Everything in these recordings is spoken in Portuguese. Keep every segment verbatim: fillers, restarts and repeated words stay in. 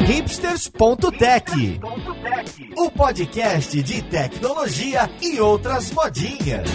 hipsters ponto tech, o podcast de tecnologia e outras modinhas.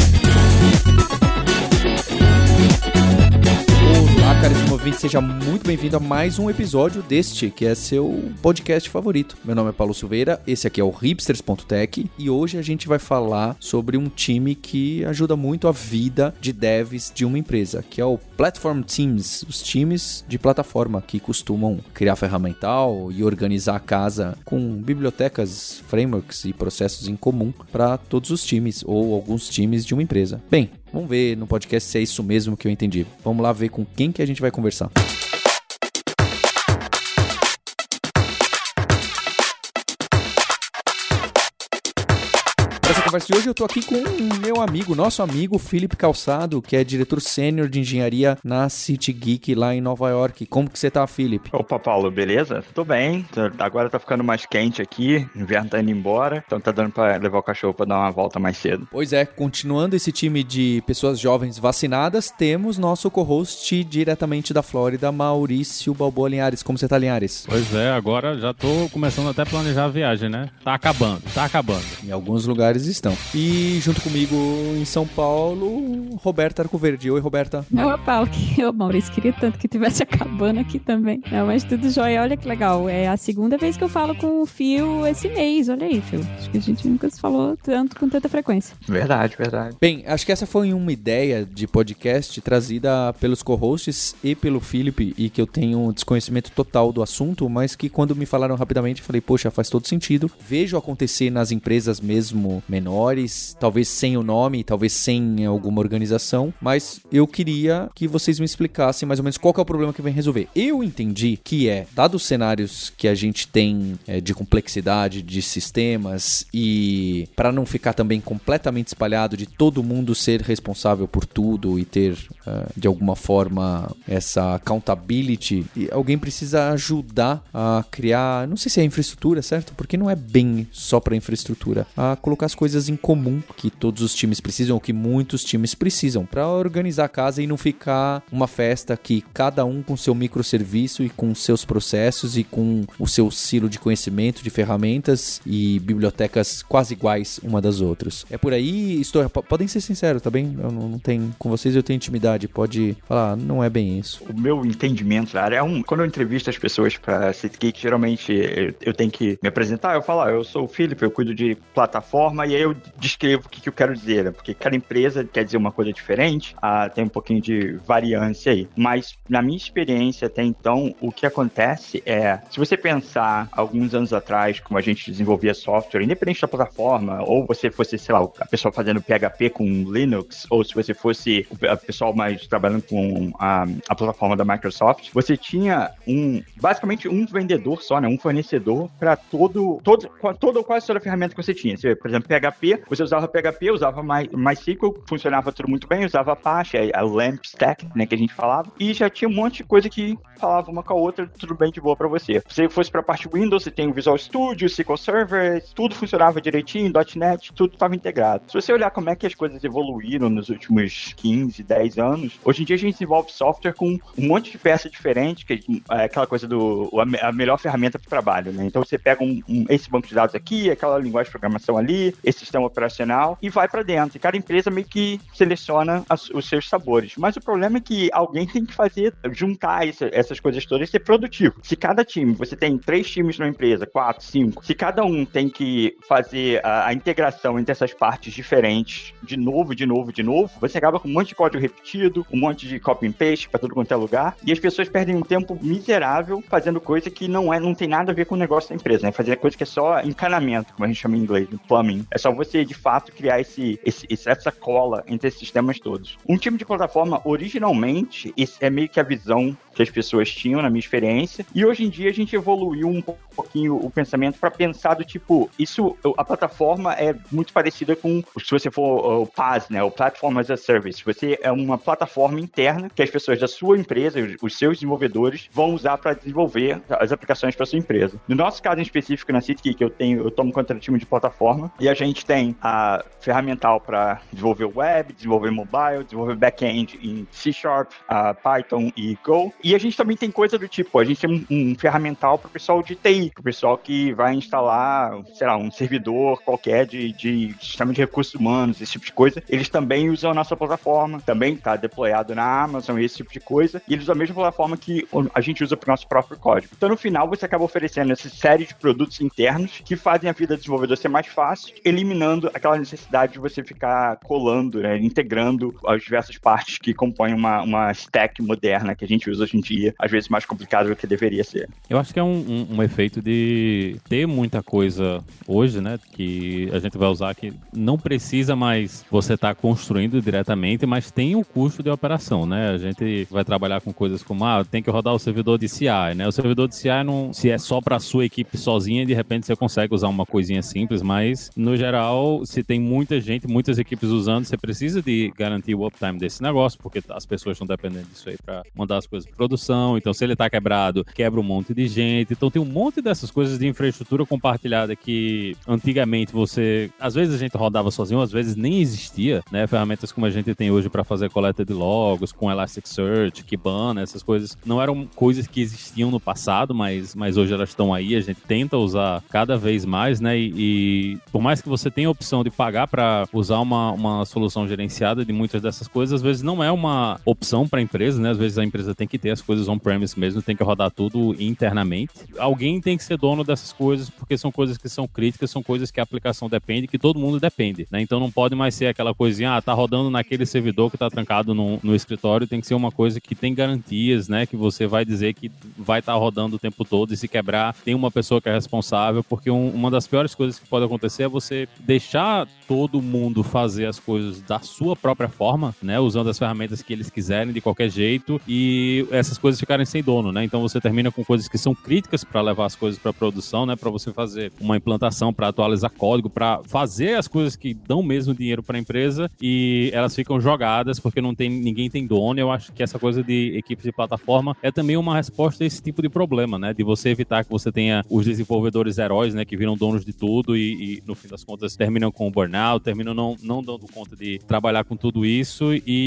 Olá, caríssimo ouvinte, seja muito bem-vindo a mais um episódio deste, que é seu podcast favorito. Meu nome é Paulo Silveira, esse aqui é o hipsters ponto tech e hoje a gente vai falar sobre um time que ajuda muito a vida de devs de uma empresa, que é o Platform Teams, os times de plataforma que costumam criar ferramental e organizar a casa com bibliotecas, frameworks e processos em comum para todos os times ou alguns times de uma empresa. Bem, vamos ver no podcast se é isso mesmo que eu entendi. Vamos lá ver com quem que a gente vai conversar. Nessa conversa de hoje eu tô aqui com o meu amigo, nosso amigo Felipe Calçado, que é diretor sênior de engenharia na City Geek lá em Nova York. Como que você tá, Felipe? Opa, Paulo, beleza? Tô bem. Agora tá ficando mais quente aqui, o inverno tá indo embora, então tá dando pra levar o cachorro pra dar uma volta mais cedo. Pois é, continuando esse time de pessoas jovens vacinadas, temos nosso co-host diretamente da Flórida, Maurício Balboa Linhares. Como você tá, Linhares? Pois é, agora já tô começando até a planejar a viagem, né? Tá acabando, tá acabando. Em alguns lugares estão. E junto comigo em São Paulo, Roberta Arcoverde. Oi, Roberta. Não, Paulo, que eu, Maurício, queria tanto que tivesse acabando aqui também. Não, mas tudo jóia, olha que legal. É a segunda vez que eu falo com o Fio esse mês, olha aí, Fio. Acho que a gente nunca se falou tanto, com tanta frequência. Verdade, verdade. Bem, acho que essa foi uma ideia de podcast trazida pelos co-hosts e pelo Felipe, e que eu tenho desconhecimento total do assunto, mas que quando me falaram rapidamente, eu falei, poxa, faz todo sentido. Vejo acontecer nas empresas mesmo menores, talvez sem o nome, talvez sem alguma organização, mas eu queria que vocês me explicassem mais ou menos qual que é o problema que vem resolver. Eu entendi que é, dados os cenários que a gente tem é, de complexidade de sistemas e para não ficar também completamente espalhado de todo mundo ser responsável por tudo e ter uh, de alguma forma essa accountability, e alguém precisa ajudar a criar, não sei se é infraestrutura, certo? Porque não é bem só para infraestrutura, a colocar as coisas em comum que todos os times precisam, ou que muitos times precisam, para organizar a casa e não ficar uma festa que cada um com seu microserviço e com seus processos e com o seu silo de conhecimento, de ferramentas e bibliotecas quase iguais uma das outras. É por aí, estou, podem ser sinceros, tá bem? Eu não, não tenho, com vocês eu tenho intimidade, pode falar, não é bem isso. O meu entendimento, cara, é um, quando eu entrevisto as pessoas para City Geek, geralmente eu, eu tenho que me apresentar, eu falo, ah, eu sou o Felipe, eu cuido de plataforma, e aí eu descrevo o que, que eu quero dizer, né? Porque cada empresa quer dizer uma coisa diferente, ah, tem um pouquinho de variância aí. Mas, na minha experiência até então, o que acontece é, se você pensar alguns anos atrás, como a gente desenvolvia software, independente da plataforma, ou você fosse, sei lá, a pessoa fazendo P H P com Linux, ou se você fosse o pessoal mais trabalhando com a, a plataforma da Microsoft, você tinha um, basicamente um vendedor só, né? Um fornecedor para todo, todo, todo ou quase toda a ferramenta que você tinha. Você, por exemplo, P H P, você usava P H P, usava My, MySQL, funcionava tudo muito bem, usava Apache, a LAMP stack, né, que a gente falava, e já tinha um monte de coisa que falava uma com a outra, tudo bem de boa pra você. Se você fosse pra parte Windows, você tem o Visual Studio, S Q L Server, tudo funcionava direitinho, .NET, tudo estava integrado. Se você olhar como é que as coisas evoluíram nos últimos quinze, dez anos, hoje em dia a gente desenvolve software com um monte de peça diferente, que é aquela coisa do a melhor ferramenta para o trabalho, né? Então você pega um, um, esse banco de dados aqui, aquela linguagem de programação ali, esse sistema operacional e vai para dentro. E cada empresa meio que seleciona as, os seus sabores. Mas o problema é que alguém tem que fazer, juntar essa, essas coisas todas e ser produtivo. Se cada time, você tem três times na empresa, quatro, cinco, se cada um tem que fazer a, a integração entre essas partes diferentes, de novo, de novo, de novo, você acaba com um monte de código repetido, um monte de copy and paste para tudo quanto é lugar, e as pessoas perdem um tempo miserável fazendo coisa que não, é, não tem nada a ver com o negócio da empresa, né? Fazer coisa que é só encanamento, como a gente chama em inglês, plumbing. É só você, de fato, criar esse, esse, essa cola entre esses sistemas todos. Um time de plataforma, originalmente, esse é meio que a visão que as pessoas tinham, na minha experiência, e hoje em dia a gente evoluiu um pouquinho o pensamento para pensar do tipo, isso, a plataforma é muito parecida com, se você for o PaaS, né, o Platform as a Service, você é uma plataforma interna que as pessoas da sua empresa, os seus desenvolvedores, vão usar para desenvolver as aplicações para sua empresa. No nosso caso em específico, na City, que eu tenho, eu tomo conta do time de plataforma, e a gente tem a ferramental para desenvolver web, desenvolver mobile, desenvolver back-end em C Sharp, uh, Python e Go, E a gente também tem coisa do tipo, a gente tem um, um ferramental para o pessoal de T I, para o pessoal que vai instalar, sei lá, um servidor qualquer de, de sistema de recursos humanos, esse tipo de coisa. Eles também usam a nossa plataforma, também está deployado na Amazon, esse tipo de coisa. E eles usam a mesma plataforma que a gente usa para o nosso próprio código. Então, no final, você acaba oferecendo essa série de produtos internos que fazem a vida do desenvolvedor ser mais fácil, eliminando aquela necessidade de você ficar colando, né, integrando as diversas partes que compõem uma, uma stack moderna que a gente usa hoje em dia, às vezes mais complicado do que deveria ser. Eu acho que é um, um, um efeito de ter muita coisa hoje, né, que a gente vai usar que não precisa mais você estar tá construindo diretamente, mas tem o custo de operação, né? A gente vai trabalhar com coisas como, ah, tem que rodar o servidor de C I, né? O servidor de C I, não, se é só para a sua equipe sozinha, de repente você consegue usar uma coisinha simples, mas no geral, se tem muita gente, muitas equipes usando, você precisa de garantir o uptime desse negócio, porque as pessoas estão dependendo disso aí para mandar as coisas para produção. Então, se ele tá quebrado, quebra um monte de gente. Então, tem um monte dessas coisas de infraestrutura compartilhada que antigamente você, às vezes a gente rodava sozinho, às vezes nem existia, né? Ferramentas como a gente tem hoje para fazer coleta de logos, com Elasticsearch, Kibana, essas coisas, não eram coisas que existiam no passado, mas, mas hoje elas estão aí, a gente tenta usar cada vez mais, né? E, e por mais que você tenha a opção de pagar para usar uma, uma solução gerenciada de muitas dessas coisas, às vezes não é uma opção para a empresa, né? Às vezes a empresa tem que ter as coisas on-premise mesmo, tem que rodar tudo internamente. Alguém tem que ser dono dessas coisas, porque são coisas que são críticas, são coisas que a aplicação depende, que todo mundo depende, né? Então não pode mais ser aquela coisinha, ah, tá rodando naquele servidor que tá trancado no, no escritório, tem que ser uma coisa que tem garantias, né? Que você vai dizer que vai estar tá rodando o tempo todo, e se quebrar, tem uma pessoa que é responsável, porque um, uma das piores coisas que pode acontecer é você deixar todo mundo fazer as coisas da sua própria forma, né? Usando as ferramentas que eles quiserem, de qualquer jeito, e essas coisas ficarem sem dono, né? Então você termina com coisas que são críticas para levar as coisas para produção, né? Para você fazer uma implantação, para atualizar código, para fazer as coisas que dão mesmo dinheiro para a empresa, e elas ficam jogadas porque não tem, ninguém tem dono. Eu acho que essa coisa de equipes de plataforma é também uma resposta a esse tipo de problema, né? De você evitar que você tenha os desenvolvedores heróis, né? Que viram donos de tudo e, e no fim das contas terminam com o burnout, terminam não, não dando conta de trabalhar com tudo isso,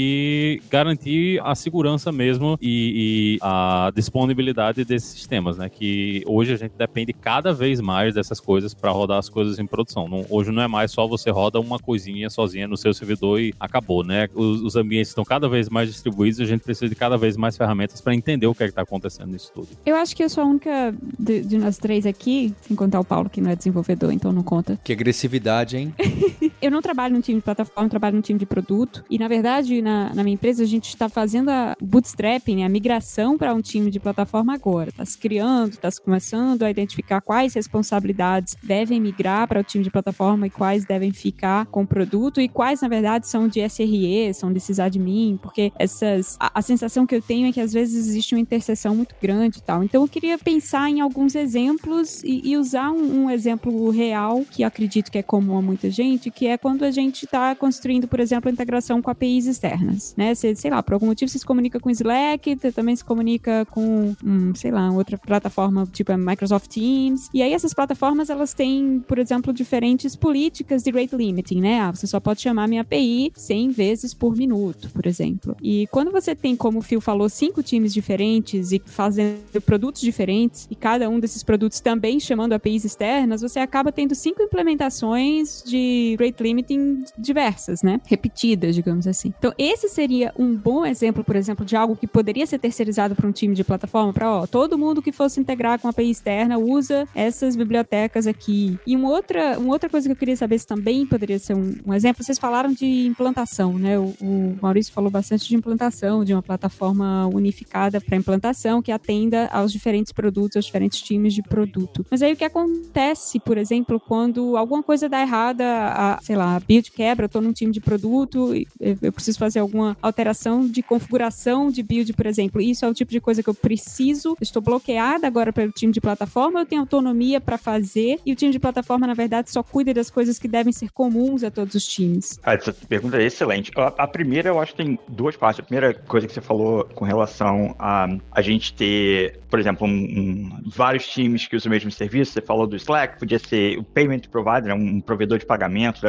e garantir a segurança mesmo e, e a disponibilidade desses sistemas, né? Que hoje a gente depende cada vez mais dessas coisas para rodar as coisas em produção. Não, hoje não é mais só você roda uma coisinha sozinha no seu servidor e acabou, né? Os, os ambientes estão cada vez mais distribuídos, a gente precisa de cada vez mais ferramentas para entender o que é que está acontecendo nisso tudo. Eu acho que eu sou a única de, de nós três aqui, sem contar o Paulo, que não é desenvolvedor, então não conta. Que agressividade, hein? Eu não trabalho num time de plataforma, eu trabalho num time de produto. E, na verdade, na, na minha empresa, a gente está fazendo a bootstrapping, a migração para um time de plataforma agora. Está se criando, está se começando a identificar quais responsabilidades devem migrar para o time de plataforma e quais devem ficar com o produto, e quais, na verdade, são de S R E, são de sysadmin, porque essas, a, a sensação que eu tenho é que, às vezes, existe uma interseção muito grande e tal. Então, eu queria pensar em alguns exemplos e, e usar um, um exemplo real, que eu acredito que é comum a muita gente, que é quando a gente está construindo, por exemplo, a integração com A P Is externas, né? Você, sei lá, por algum motivo você se comunica com Slack, você também se comunica com, um, sei lá, outra plataforma, tipo a Microsoft Teams, e aí essas plataformas, elas têm, por exemplo, diferentes políticas de rate limiting, né? Ah, você só pode chamar minha A P I cem vezes por minuto, por exemplo. E quando você tem, como o Phil falou, cinco times diferentes e fazendo produtos diferentes, e cada um desses produtos também chamando A P Is externas, você acaba tendo cinco implementações de rate limiting diversas, né? Repetidas, digamos assim. Então, esse seria um bom exemplo, por exemplo, de algo que poderia ser terceirizado para um time de plataforma, para, ó, todo mundo que fosse integrar com a A P I externa usa essas bibliotecas aqui. E uma outra, uma outra coisa que eu queria saber se também poderia ser um, um exemplo, vocês falaram de implantação, né? O, o Maurício falou bastante de implantação, de uma plataforma unificada para implantação que atenda aos diferentes produtos, aos diferentes times de produto. Mas aí o que acontece, por exemplo, quando alguma coisa dá errada, a, sei lá, a build quebra, eu tô num time de produto, eu preciso fazer alguma alteração de configuração de build, por exemplo. Isso é o tipo de coisa que eu preciso, eu estou bloqueada agora pelo time de plataforma, eu tenho autonomia para fazer, e o time de plataforma, na verdade, só cuida das coisas que devem ser comuns a todos os times. Ah, essa pergunta é excelente. A, a primeira, eu acho que tem duas partes. A primeira coisa que você falou com relação a a gente ter, por exemplo, um, um, vários times que usam o mesmo serviço, você falou do Slack, podia ser o payment provider, um provedor de pagamento,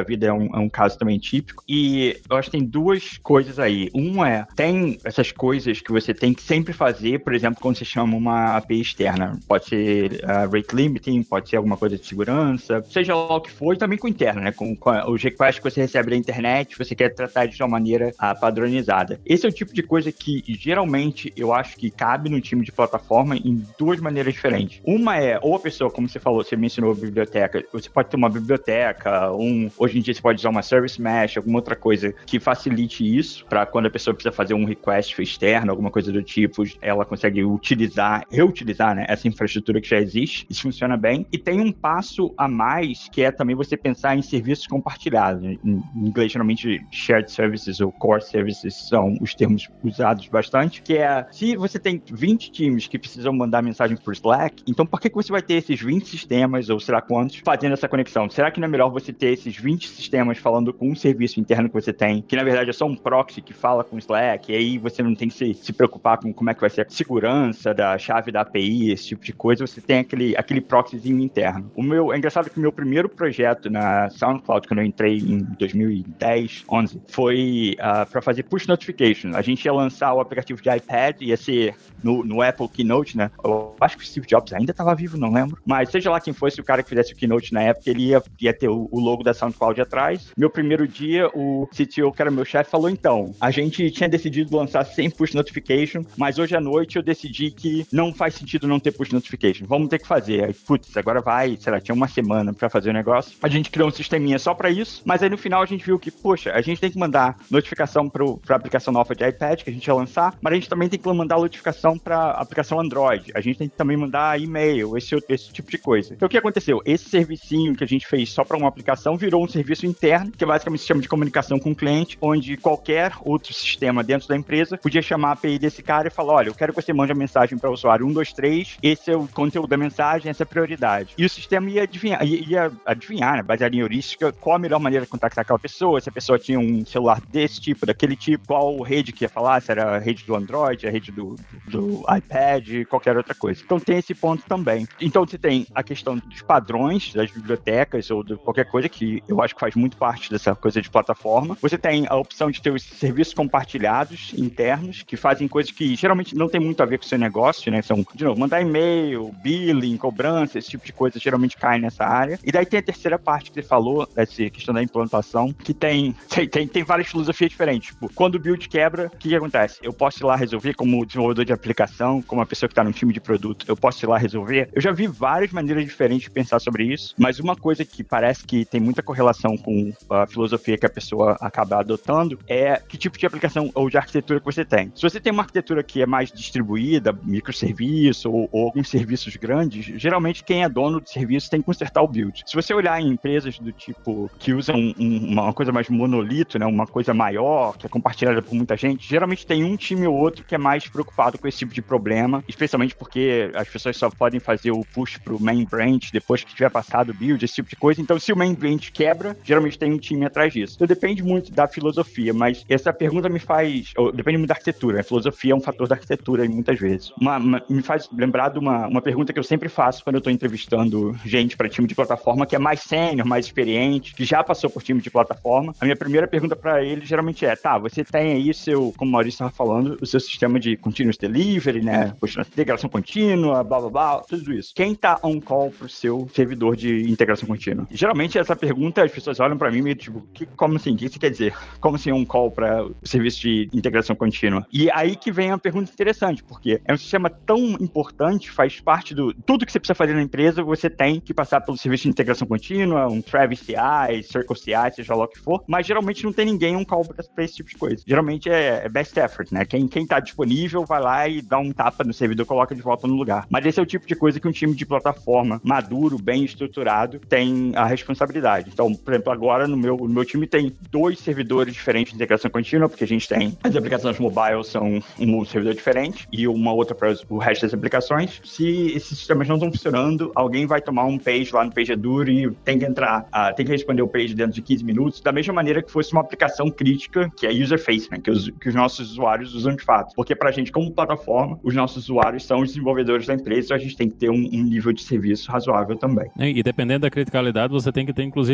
vida é um, é um caso também típico. E eu acho que tem duas coisas aí. Uma é, tem essas coisas que você tem que sempre fazer, por exemplo, quando você chama uma A P I externa. Pode ser uh, rate limiting, pode ser alguma coisa de segurança, seja lá o que for, e também com interna, né? Com, com os requests que você recebe da internet, você quer tratar de uma maneira uh, padronizada. Esse é o tipo de coisa que, geralmente, eu acho que cabe no time de plataforma em duas maneiras diferentes. Uma é, ou a pessoa, como você falou, você mencionou a biblioteca, você pode ter uma biblioteca, um, hoje em dia você pode usar uma service mesh, alguma outra coisa que facilite isso, para quando a pessoa precisa fazer um request externo, alguma coisa do tipo, ela consegue utilizar, reutilizar, né, essa infraestrutura que já existe. Isso funciona bem. E tem um passo a mais, que é também você pensar em serviços compartilhados. Em inglês, geralmente, shared services ou core services são os termos usados bastante, que é, se você tem vinte times que precisam mandar mensagem por Slack, então por que, que você vai ter esses vinte sistemas, ou será quantos, fazendo essa conexão? Será que não é melhor você ter esses vinte sistemas falando com um serviço interno que você tem, que na verdade é só um proxy que fala com o Slack, e aí você não tem que se, se preocupar com como é que vai ser a segurança da chave da A P I, esse tipo de coisa, você tem aquele, aquele proxyzinho interno. O meu, é engraçado que o meu primeiro projeto na SoundCloud, quando eu entrei em dois mil e dez, onze, foi uh, para fazer push notification. A gente ia lançar o aplicativo de iPad, ia ser no, no Apple Keynote, né? Eu acho que o Steve Jobs ainda estava vivo, não lembro. Mas seja lá quem fosse o cara que fizesse o Keynote na época, ele ia, ia ter o, o logo da SoundCloud atrás. Meu primeiro dia, o C T O, que era meu chefe, falou, então, a gente tinha decidido lançar sem push notification, mas hoje à noite eu decidi que não faz sentido não ter push notification. Vamos ter que fazer. Aí, putz, agora vai, sei lá, tinha uma semana pra fazer o negócio. A gente criou um sisteminha só pra isso, mas aí no final a gente viu que, poxa, a gente tem que mandar notificação pro, pra aplicação nova de iPad, que a gente ia lançar, mas a gente também tem que mandar notificação pra aplicação Android. A gente tem que também mandar e-mail, esse, esse tipo de coisa. Então o que aconteceu? Esse servicinho que a gente fez só pra uma aplicação virou um serviço interno, que é basicamente um sistema de comunicação com o cliente, onde qualquer outro sistema dentro da empresa podia chamar a A P I desse cara e falar, olha, eu quero que você mande a mensagem para o usuário um, dois, três, esse é o conteúdo da mensagem, essa é a prioridade. E o sistema ia adivinhar, ia, ia adivinhar, né, baseado em heurística, qual a melhor maneira de contactar aquela pessoa, se a pessoa tinha um celular desse tipo, daquele tipo, qual rede que ia falar, se era a rede do Android, a rede do, do, do iPad, qualquer outra coisa. Então tem esse ponto também. Então você tem a questão dos padrões das bibliotecas ou de qualquer coisa, que eu acho que faz muito parte dessa coisa de plataforma. Você tem a opção de ter os serviços compartilhados internos, que fazem coisas que geralmente não tem muito a ver com o seu negócio, né? São, de novo, mandar e-mail, billing, cobrança, esse tipo de coisa geralmente cai nessa área. E daí tem a terceira parte que você falou, essa questão da implantação, que tem, tem, tem, tem várias filosofias diferentes. Tipo, quando o build quebra, o que, que acontece? Eu posso ir lá resolver como desenvolvedor de aplicação, como uma pessoa que está num time de produto, eu posso ir lá resolver. Eu já vi várias maneiras diferentes de pensar sobre isso, mas uma coisa que parece que tem muita correlação com a filosofia que a pessoa acaba adotando é que tipo de aplicação ou de arquitetura que você tem. Se você tem uma arquitetura que é mais distribuída, microserviço ou, ou alguns serviços grandes, geralmente quem é dono do serviço tem que consertar o build. Se você olhar em empresas do tipo que usam um, uma coisa mais monolito, né, uma coisa maior, que é compartilhada por muita gente, geralmente tem um time ou outro que é mais preocupado com esse tipo de problema, especialmente porque as pessoas só podem fazer o push pro main branch depois que tiver passado o build, esse tipo de coisa. Então, se o main branch quebra, geralmente tem um time atrás disso. Então, depende muito da filosofia, mas essa pergunta me faz... Ou, depende muito da arquitetura. A filosofia é um fator da arquitetura, muitas vezes. Uma, uma, me faz lembrar de uma, uma pergunta que eu sempre faço quando eu estou entrevistando gente para time de plataforma, que é mais sênior, mais experiente, que já passou por time de plataforma. A minha primeira pergunta para ele, geralmente é, tá, você tem aí seu, como o Maurício estava falando, o seu sistema de continuous delivery, né, integração contínua, blá, blá, blá, tudo isso. Quem tá on call pro seu servidor de integração contínua? Geralmente, essa pergunta, as pessoas olham para mim e tipo, que, como assim? O que isso quer dizer? Como assim on call para o serviço de integração contínua? E aí que vem a pergunta interessante, porque é um sistema tão importante, faz parte do... Tudo que você precisa fazer na empresa, você tem que passar pelo serviço de integração contínua, um Travis C I, Circle C I, seja lá o que for, mas geralmente não tem ninguém on call para esse tipo de coisa. Geralmente é, é best effort, né? Quem, quem tá disponível vai lá e dá um tapa no servidor, coloca de volta no lugar. Mas esse é o tipo de coisa que um time de plataforma maduro, bem estruturado, tem a responsabilidade. Então, por exemplo, agora no meu, no meu time tem dois servidores diferentes de integração contínua, porque a gente tem as aplicações mobile são um servidor diferente e uma outra para o resto das aplicações. Se esses sistemas não estão funcionando, alguém vai tomar um page lá no PagerDuty e tem que entrar, uh, tem que responder o page dentro de quinze minutos, da mesma maneira que fosse uma aplicação crítica, que é user-facing, né, que, os, que os nossos usuários usam de fato. Porque pra gente, como plataforma, os nossos usuários são os desenvolvedores da empresa, então a gente tem que ter um, um nível de serviço razoável também. E dependendo da criticalidade, você tem que ter, inclusive, um plano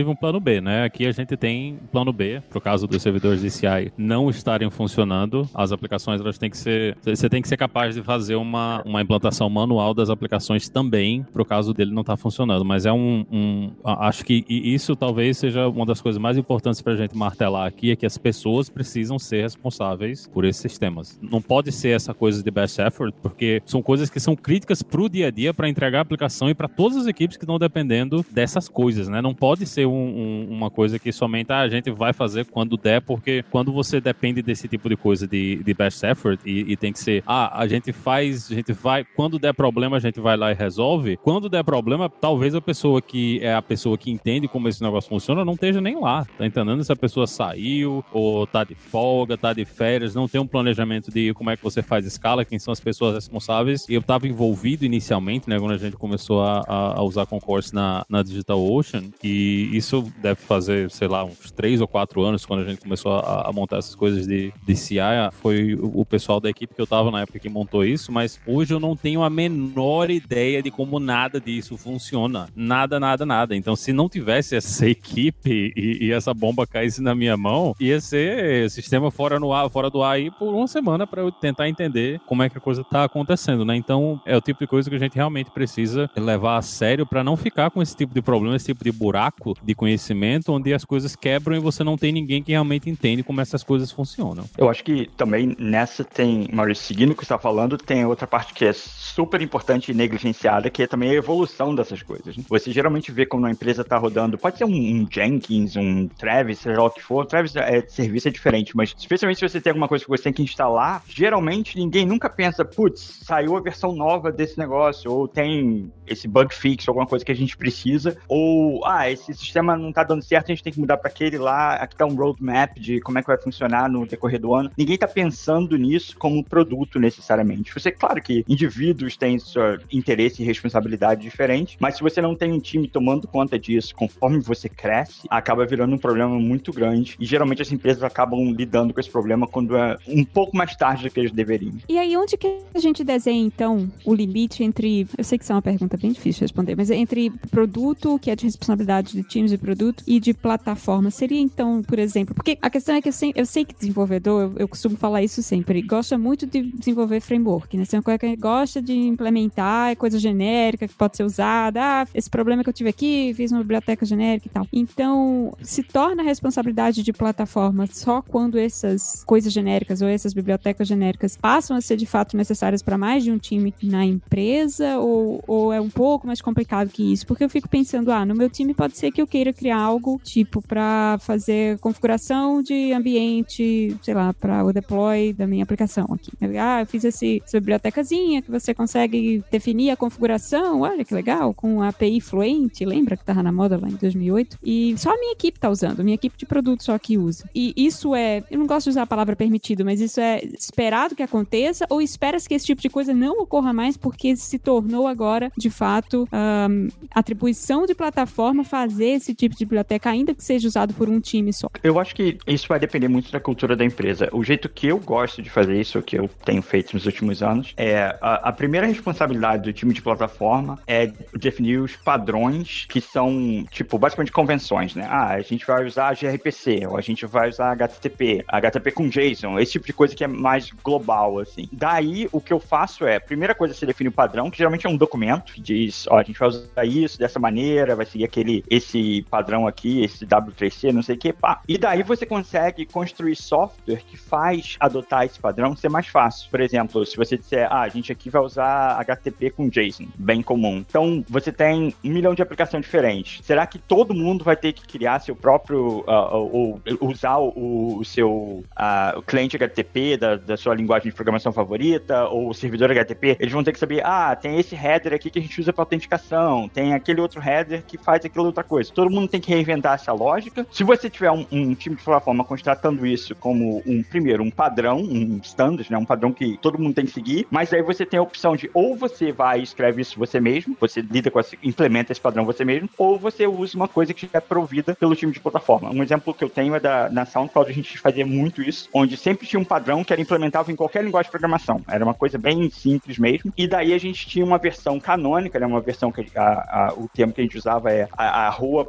B, né? Aqui a gente tem plano B, pro caso dos servidores D C I não estarem funcionando, as aplicações elas têm que ser, você tem que ser capaz de fazer uma, uma implantação manual das aplicações também, pro caso dele não estar funcionando, mas é um, um acho que isso talvez seja uma das coisas mais importantes pra gente martelar aqui, é que as pessoas precisam ser responsáveis por esses sistemas. Não pode ser essa coisa de best effort, porque são coisas que são críticas pro dia a dia para entregar a aplicação e para todas as equipes que estão dependendo dessas coisas, né? Não pode ser um, um, uma coisa que somente ah, a gente vai fazer quando der, porque quando você depende desse tipo de coisa de, de best effort e, e tem que ser, ah, a gente faz, a gente vai, quando der problema a gente vai lá e resolve. Quando der problema, talvez a pessoa que é a pessoa que entende como esse negócio funciona não esteja nem lá, tá entendendo? Se a pessoa saiu, ou tá de folga, tá de férias, não tem um planejamento de como é que você faz escala, quem são as pessoas responsáveis. E eu tava envolvido inicialmente, né, quando a gente começou a, a, a usar Concourse na, na DigitalOcean, e isso deve fazer, sei lá, uns três ou quatro anos, quando a gente começou a, a montar essas coisas de, de C I, foi o, o pessoal da equipe que eu tava na época que montou isso, mas hoje eu não tenho a menor ideia de como nada disso funciona. Nada, nada, nada. Então, se não tivesse essa equipe e, e essa bomba caísse na minha mão, ia ser sistema fora, no ar, fora do ar aí por uma semana para eu tentar entender como é que a coisa tá acontecendo, né? Então, é o tipo de coisa que a gente realmente precisa levar a sério para não ficar com esse tipo de problema, esse tipo de buraco de conhecimento, onde as coisas quebram e você não tem ninguém que realmente entende como essas coisas funcionam. Eu acho que também nessa tem, Maurício, seguindo o que você está falando, tem outra parte que é super importante e negligenciada, que é também a evolução dessas coisas, né? Você geralmente vê como uma empresa está rodando, pode ser um, um Jenkins, um Travis, seja lá o que for, o Travis é de serviço é diferente, mas especialmente se você tem alguma coisa que você tem que instalar, geralmente ninguém nunca pensa, putz, saiu a versão nova desse negócio, ou tem esse bug fix, alguma coisa que a gente precisa, ou, ah, esse sistema não tá dando certo, a gente tem que mudar para aquele lá, aqui tá um roadmap de como é que vai funcionar no decorrer do ano. Ninguém tá pensando nisso como produto necessariamente. Você, claro que indivíduos têm seu interesse e responsabilidade diferente, mas se você não tem um time tomando conta disso, conforme você cresce, acaba virando um problema muito grande, e geralmente as empresas acabam lidando com esse problema quando é um pouco mais tarde do que eles deveriam. E aí, onde que a gente desenha, então, o limite entre, eu sei que isso é uma pergunta bem difícil de responder, mas entre produto, que é de responsabilidade de times de produto, e de plataforma? Seria, então, por exemplo, porque a questão é que eu sei, eu sei que desenvolvedor, eu, eu costumo falar isso sempre, gosta muito de desenvolver framework, né? Se é uma coisa que gosta de implementar, é coisa genérica que pode ser usada, ah, esse problema que eu tive aqui, fiz uma biblioteca genérica e tal. Então, se torna a responsabilidade de plataforma só quando essas coisas genéricas ou essas bibliotecas genéricas passam a ser de fato necessárias para mais de um time na empresa, ou, ou é um pouco mais complicado que isso? Porque eu fico pensando, ah, no meu time pode ser que eu queira criar algo tipo para fazer configuração de ambiente, sei lá, para o deploy da minha aplicação aqui. Ah, eu fiz esse, essa bibliotecazinha que você consegue definir a configuração, olha que legal, com a API Fluent, lembra que tava na moda lá em dois mil e oito? E só a minha equipe tá usando, a minha equipe de produto só que usa. E isso é, eu não gosto de usar a palavra permitido, mas isso é esperado que aconteça, ou espera-se que esse tipo de coisa não ocorra mais porque se tornou agora, de fato, um, atribuição de plataforma fazer esse tipo de biblioteca, ainda que seja usado por um time só? Eu acho que isso vai depender muito da cultura da empresa. O jeito que eu gosto de fazer isso, o que eu tenho feito nos últimos anos, é a, a primeira responsabilidade do time de plataforma é definir os padrões que são, tipo, basicamente convenções, né? Ah, a gente vai usar G R P C, ou a gente vai usar H T T P, H T T P com JSON, esse tipo de coisa que é mais global, assim. Daí, o que eu faço é, a primeira coisa, você define o padrão, que geralmente é um documento, que diz, ó, a gente vai usar isso dessa maneira, vai seguir aquele, esse padrão aqui, esse W três C, não sei o que, pá. E daí você consegue construir software que faz adotar esse padrão ser mais fácil. Por exemplo, se você disser, ah, a gente aqui vai usar H T T P com JSON, bem comum. Então, você tem um milhão de aplicações diferentes. Será que todo mundo vai ter que criar seu próprio, uh, ou, ou usar o, o seu uh, o cliente H T T P da, da sua linguagem de programação favorita, ou o servidor H T T P? Eles vão ter que saber, ah, tem esse header aqui que a gente usa para autenticação, tem aquele outro header que faz aquela outra coisa. Todo mundo tem que reinventar essa lógica. Se você tiver um, um time de plataforma tratando isso como um, primeiro, um padrão, um standard, né, um padrão que todo mundo tem que seguir, mas aí você tem a opção de ou você vai e escreve isso você mesmo, você lida com esse, implementa esse padrão você mesmo, ou você usa uma coisa que já é provida pelo time de plataforma. Um exemplo que eu tenho é da, na SoundCloud, a gente fazia muito isso, onde sempre tinha um padrão que era implementável em qualquer linguagem de programação. Era uma coisa bem simples mesmo, e daí a gente tinha uma versão canônica, né, uma versão que a, a, o termo que a gente usava é a, a rua pavimentada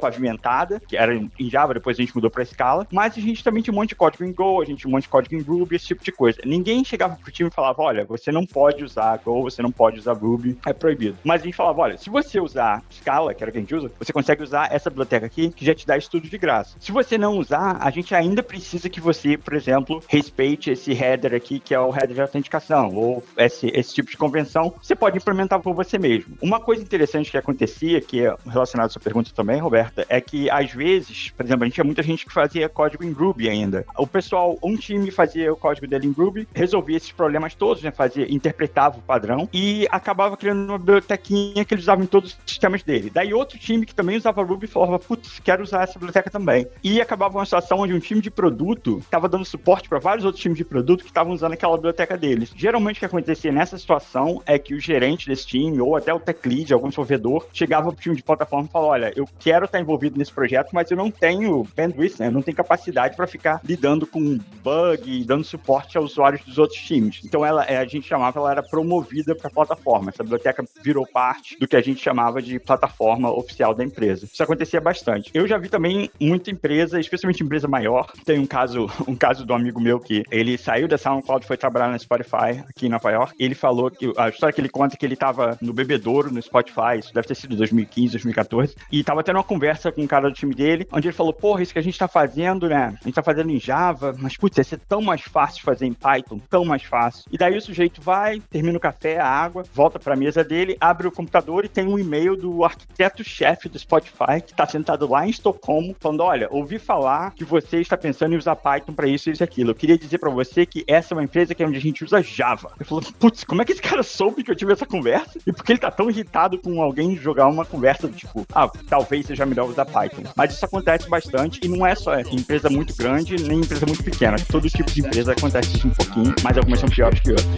implementada, que era em Java, depois a gente mudou pra Scala, mas a gente também tinha um monte de código em Go, a gente tinha um monte de código em Ruby, esse tipo de coisa. Ninguém chegava pro time e falava, olha, você não pode usar Go, você não pode usar Ruby, é proibido. Mas a gente falava, olha, se você usar Scala, que era o que a gente usa, você consegue usar essa biblioteca aqui, que já te dá estudo de graça. Se você não usar, a gente ainda precisa que você, por exemplo, respeite esse header aqui, que é o header de autenticação, ou esse, esse tipo de convenção, você pode implementar por você mesmo. Uma coisa interessante que acontecia, que é relacionada à sua pergunta também, Roberta, é que às vezes, por exemplo, a gente tinha muita gente que fazia código em Ruby ainda. O pessoal, um time fazia o código dele em Ruby, resolvia esses problemas todos, né, fazia, interpretava o padrão e acabava criando uma bibliotequinha que eles usavam em todos os sistemas dele. Daí outro time que também usava Ruby falava, putz, quero usar essa biblioteca também. E acabava uma situação onde um time de produto estava dando suporte para vários outros times de produto que estavam usando aquela biblioteca deles. Geralmente o que acontecia nessa situação é que o gerente desse time, ou até o tech lead, algum desenvolvedor, chegava pro time de plataforma e falava, olha, eu quero estar envolvido nesse projeto, mas eu não tenho bandwidth, né? Eu não tenho capacidade para ficar lidando com bug e dando suporte aos usuários dos outros times. Então ela, a gente chamava, ela era promovida para a plataforma. Essa biblioteca virou parte do que a gente chamava de plataforma oficial da empresa. Isso acontecia bastante. Eu já vi também muita empresa, especialmente empresa maior. Tem um caso, um caso de um amigo meu que ele saiu da SoundCloud e foi trabalhar na Spotify aqui em Nova York. Ele falou que a história que ele conta é que ele estava no bebedouro no Spotify, isso deve ter sido dois mil e quinze, dois mil e catorze, e estava tendo uma conversa com um cara do time dele, onde ele falou, porra, isso que a gente tá fazendo, né? A gente tá fazendo em Java, mas putz, ia ser tão mais fácil fazer em Python, tão mais fácil. E daí o sujeito vai, termina o café, a água, volta pra mesa dele, abre o computador e tem um e-mail do arquiteto-chefe do Spotify, que tá sentado lá em Estocolmo, falando, olha, ouvi falar que você está pensando em usar Python pra isso, isso e aquilo. Eu queria dizer pra você que essa é uma empresa que é onde a gente usa Java. Ele falou, putz, como é que esse cara soube que eu tive essa conversa? E por que ele tá tão irritado com alguém jogar uma conversa do tipo, ah, talvez seja melhor usar Python. Mas isso acontece bastante e não é só em empresa muito grande, nem empresa muito pequena. Todo tipo de empresa acontece isso um pouquinho, mas algumas são piores que outras.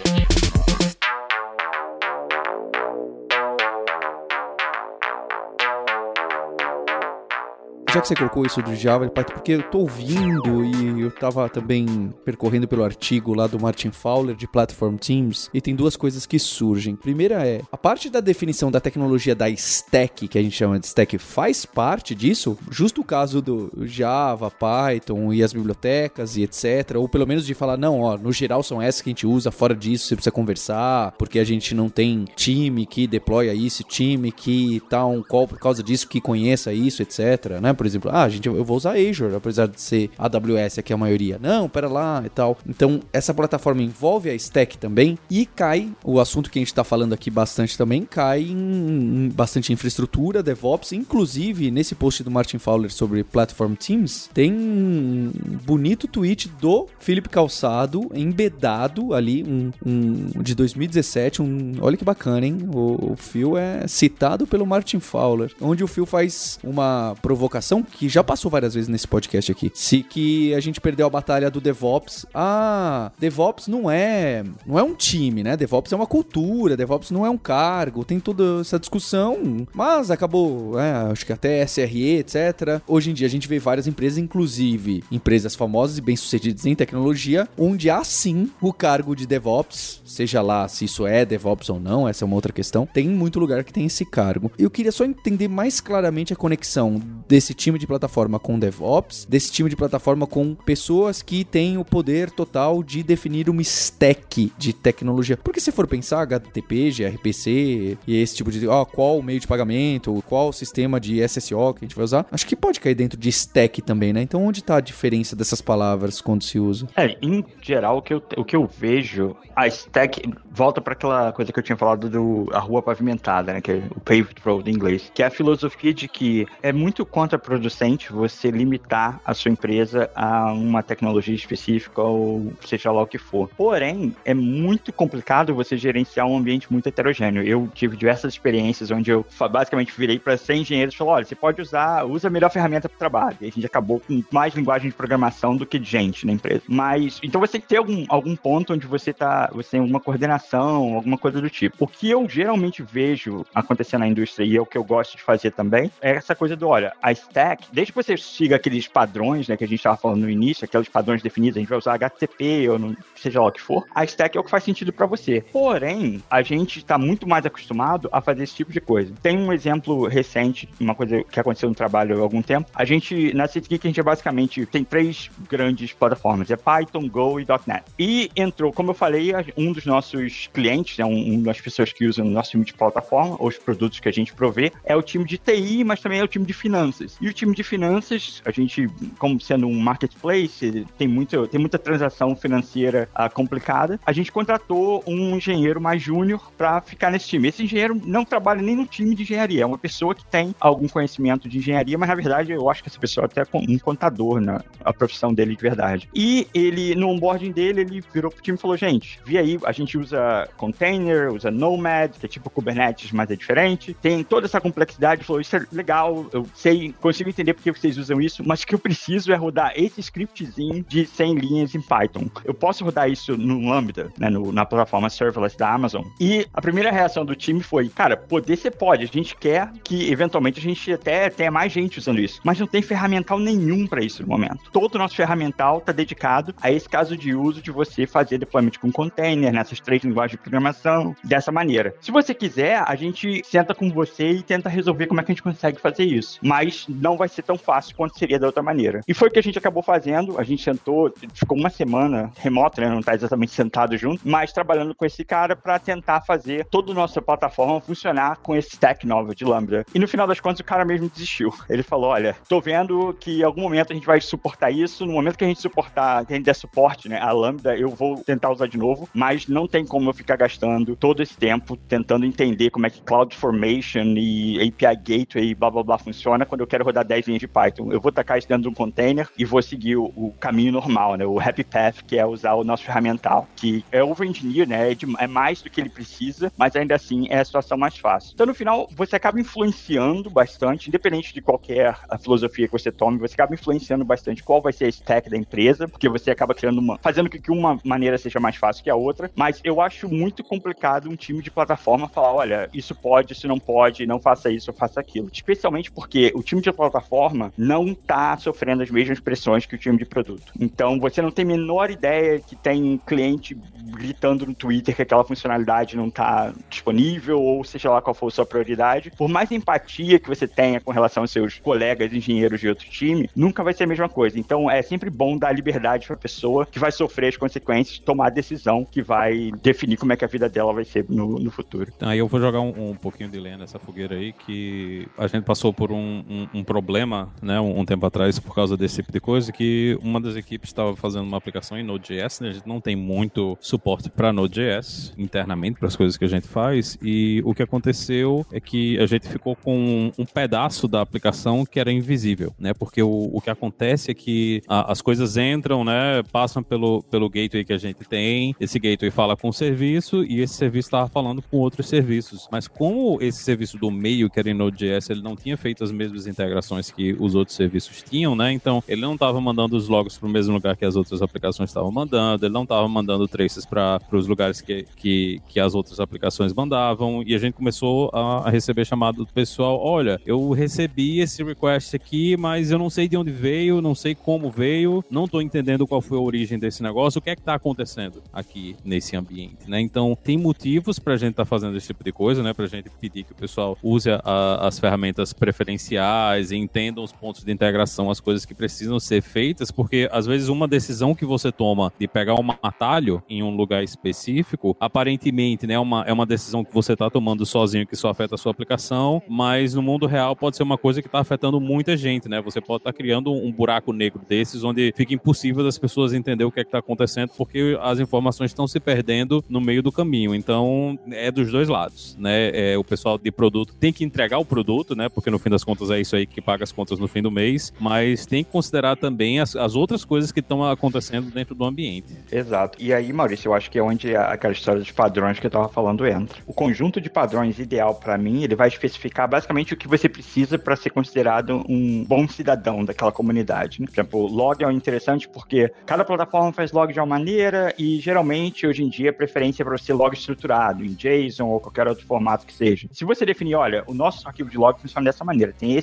Já que você colocou isso do Java, porque eu tô ouvindo e eu tava também percorrendo pelo artigo lá do Martin Fowler de Platform Teams, e tem duas coisas que surgem. Primeira é, a parte da definição da tecnologia da stack, que a gente chama de stack, faz parte disso? Justo o caso do Java, Python e as bibliotecas e etcétera. Ou pelo menos de falar, não, ó, no geral são essas que a gente usa, fora disso você precisa conversar, porque a gente não tem time que deploya isso, time que tá um call por causa disso, que conheça isso, etcétera, né? Por exemplo, ah, gente, eu vou usar Azure, apesar de ser A W S aqui a maioria. Não, pera lá e tal. Então, essa plataforma envolve a stack também e cai, o assunto que a gente tá falando aqui bastante também, cai em, em bastante infraestrutura, DevOps. Inclusive, nesse post do Martin Fowler sobre Platform Teams, tem um bonito tweet do Felipe Calçado, embedado ali, um, um de dois mil e dezessete, um, olha que bacana, hein? O, o Phil é citado pelo Martin Fowler, onde o Phil faz uma provocação que já passou várias vezes nesse podcast aqui. Se que a gente perdeu a batalha do DevOps. Ah, DevOps não é não é um time, né? DevOps é uma cultura, DevOps não é um cargo, tem toda essa discussão, mas acabou, é, acho que até S R E, etcétera. Hoje em dia a gente vê várias empresas, inclusive empresas famosas e bem-sucedidas em tecnologia, onde há sim o cargo de DevOps, seja lá se isso é DevOps ou não, essa é uma outra questão. Tem muito lugar que tem esse cargo. Eu queria só entender mais claramente a conexão desse time de plataforma com DevOps, desse time de plataforma com pessoas que têm o poder total de definir uma stack de tecnologia. Porque se for pensar, H T T P, G R P C e esse tipo de, ó, qual o meio de pagamento, qual o sistema de S S O que a gente vai usar, acho que pode cair dentro de stack também, né? Então onde está a diferença dessas palavras quando se usa? É, em geral, o que eu, o que eu vejo, a stack volta para aquela coisa que eu tinha falado do a rua pavimentada, né? Que é o paved road em inglês, que é a filosofia de que é muito contraproducente você limitar a sua empresa a uma tecnologia específica ou seja lá o que for. Porém, é muito complicado você gerenciar um ambiente muito heterogêneo. Eu tive diversas experiências onde eu basicamente virei para cem engenheiros e falei, olha, você pode usar, usa a melhor ferramenta para o trabalho. E a gente acabou com mais linguagem de programação do que de gente na empresa. Mas, então você tem que ter algum, algum ponto onde você tá, você tem alguma coordenação, alguma coisa do tipo. O que eu geralmente vejo acontecer na indústria, e é o que eu gosto de fazer também, é essa coisa do, olha, a stack stack, desde que você siga aqueles padrões, né, que a gente estava falando no início, aqueles padrões definidos, a gente vai usar H T T P ou não, seja lá o que for, a stack é o que faz sentido para você. Porém, a gente está muito mais acostumado a fazer esse tipo de coisa. Tem um exemplo recente, uma coisa que aconteceu no trabalho há algum tempo. A gente, na SeatGeek, a gente é basicamente tem três grandes plataformas, é Python, Go e .NET. E entrou, como eu falei, um dos nossos clientes, né, um, um das pessoas que usam o nosso time de plataforma, ou os produtos que a gente provê, é o time de T I, mas também é o time de finanças. E o time de finanças, a gente, como sendo um marketplace, tem, muito, tem muita transação financeira uh, complicada, a gente contratou um engenheiro mais júnior para ficar nesse time. Esse engenheiro não trabalha nem no time de engenharia, é uma pessoa que tem algum conhecimento de engenharia, mas na verdade eu acho que essa pessoa até é um contador, né, a profissão dele de verdade. E ele, no onboarding dele, ele virou pro time e falou, gente, vi aí, a gente usa container, usa Nomad, que é tipo Kubernetes, mas é diferente, tem toda essa complexidade, falou, isso é legal, eu sei, consigo entender porque vocês usam isso, mas o que eu preciso é rodar esse scriptzinho de cem linhas em Python. Eu posso rodar isso no Lambda, né, no, na plataforma serverless da Amazon. E a primeira reação do time foi, cara, poder você pode, a gente quer que eventualmente a gente até tenha mais gente usando isso, mas não tem ferramental nenhum para isso no momento. Todo o nosso ferramental está dedicado a esse caso de uso de você fazer deployment com container, nessas três linguagens de programação, dessa maneira. Se você quiser, a gente senta com você e tenta resolver como é que a gente consegue fazer isso, mas não vai ser tão fácil quanto seria da outra maneira. E foi o que a gente acabou fazendo, a gente sentou, ficou uma semana remota, né, não está exatamente sentado junto, mas trabalhando com esse cara para tentar fazer toda a nossa plataforma funcionar com esse stack novo de Lambda. E no final das contas, o cara mesmo desistiu. Ele falou, olha, tô vendo que em algum momento a gente vai suportar isso, no momento que a gente suportar, que a gente der suporte, né, a Lambda, eu vou tentar usar de novo, mas não tem como eu ficar gastando todo esse tempo tentando entender como é que CloudFormation e A P I Gateway e blá blá blá funciona quando eu quero rodar dez linhas de Python. Eu vou tacar isso dentro de um container e vou seguir o, o caminho normal, né, o happy path, que é usar o nosso ferramental, que é over-engineer, né, é, de, é mais do que ele precisa, mas ainda assim é a situação mais fácil. Então, no final, você acaba influenciando bastante, independente de qualquer a filosofia que você tome, você acaba influenciando bastante qual vai ser a stack da empresa, porque você acaba criando uma, fazendo com que uma maneira seja mais fácil que a outra, mas eu acho muito complicado um time de plataforma falar, olha, isso pode, isso não pode, não faça isso, faça aquilo. Especialmente porque o time de plataforma não tá sofrendo as mesmas pressões que o time de produto. Então, você não tem a menor ideia que tem cliente gritando no Twitter que aquela funcionalidade não tá disponível, ou seja lá qual for a sua prioridade. Por mais empatia que você tenha com relação aos seus colegas engenheiros de outro time, nunca vai ser a mesma coisa. Então, é sempre bom dar liberdade pra pessoa que vai sofrer as consequências, tomar a decisão que vai definir como é que a vida dela vai ser no, no futuro. Então, aí eu vou jogar um, um pouquinho de lenha nessa fogueira aí, que a gente passou por um, um, um problema, né, um, um tempo atrás, por causa desse tipo de coisa, que uma das equipes estava fazendo uma aplicação em Node.js, né, a gente não tem muito suporte para Node.js internamente, para as coisas que a gente faz, e o que aconteceu é que a gente ficou com um pedaço da aplicação que era invisível, né, porque o, o que acontece é que a, as coisas entram, né, passam pelo, pelo gateway que a gente tem, esse gateway fala com o serviço, e esse serviço estava falando com outros serviços, mas como esse serviço do meio, que era em Node.js, ele não tinha feito as mesmas integrações que os outros serviços tinham, né, então ele não estava mandando os logs para o mesmo lugar que as outras aplicações estavam mandando, ele não estava mandando traces para os lugares que, que, que as outras aplicações mandavam, e a gente começou a, a receber chamado do pessoal, olha, eu recebi esse request aqui, mas eu não sei de onde veio, não sei como veio, não estou entendendo qual foi a origem desse negócio, o que é que está acontecendo aqui nesse ambiente, né? Então, tem motivos para a gente estar tá fazendo esse tipo de coisa, né? Para a gente pedir que o pessoal use a, as ferramentas preferenciais e entendam os pontos de integração, as coisas que precisam ser feitas, porque às vezes uma decisão que você toma de pegar um atalho em um lugar específico, aparentemente, né, uma, é uma decisão que você está tomando sozinho que só afeta a sua aplicação, mas no mundo real pode ser uma coisa que está afetando muita gente, né? Você pode estar tá criando um buraco negro desses, onde fica impossível das pessoas entender o que é que está acontecendo, porque as informações estão se perdendo no meio do caminho. Então, é dos dois lados, né? É, o pessoal de produto tem que entregar o produto, né? Porque no fim das contas é isso aí que paga as contas no fim do mês, mas tem que considerar também as, as outras coisas que estão acontecendo dentro do ambiente. Exato. E aí, Maurício, eu acho que é onde aquela história de padrões que eu tava falando entra. O conjunto de padrões ideal para mim, ele vai especificar basicamente o que você precisa para ser considerado um bom cidadão daquela comunidade, né? Por exemplo, log é interessante porque cada plataforma faz log de uma maneira e geralmente hoje em dia a preferência é para você log estruturado em JSON ou qualquer outro formato que seja. Se você definir, olha, o nosso arquivo de log funciona dessa maneira, tem esse, esse,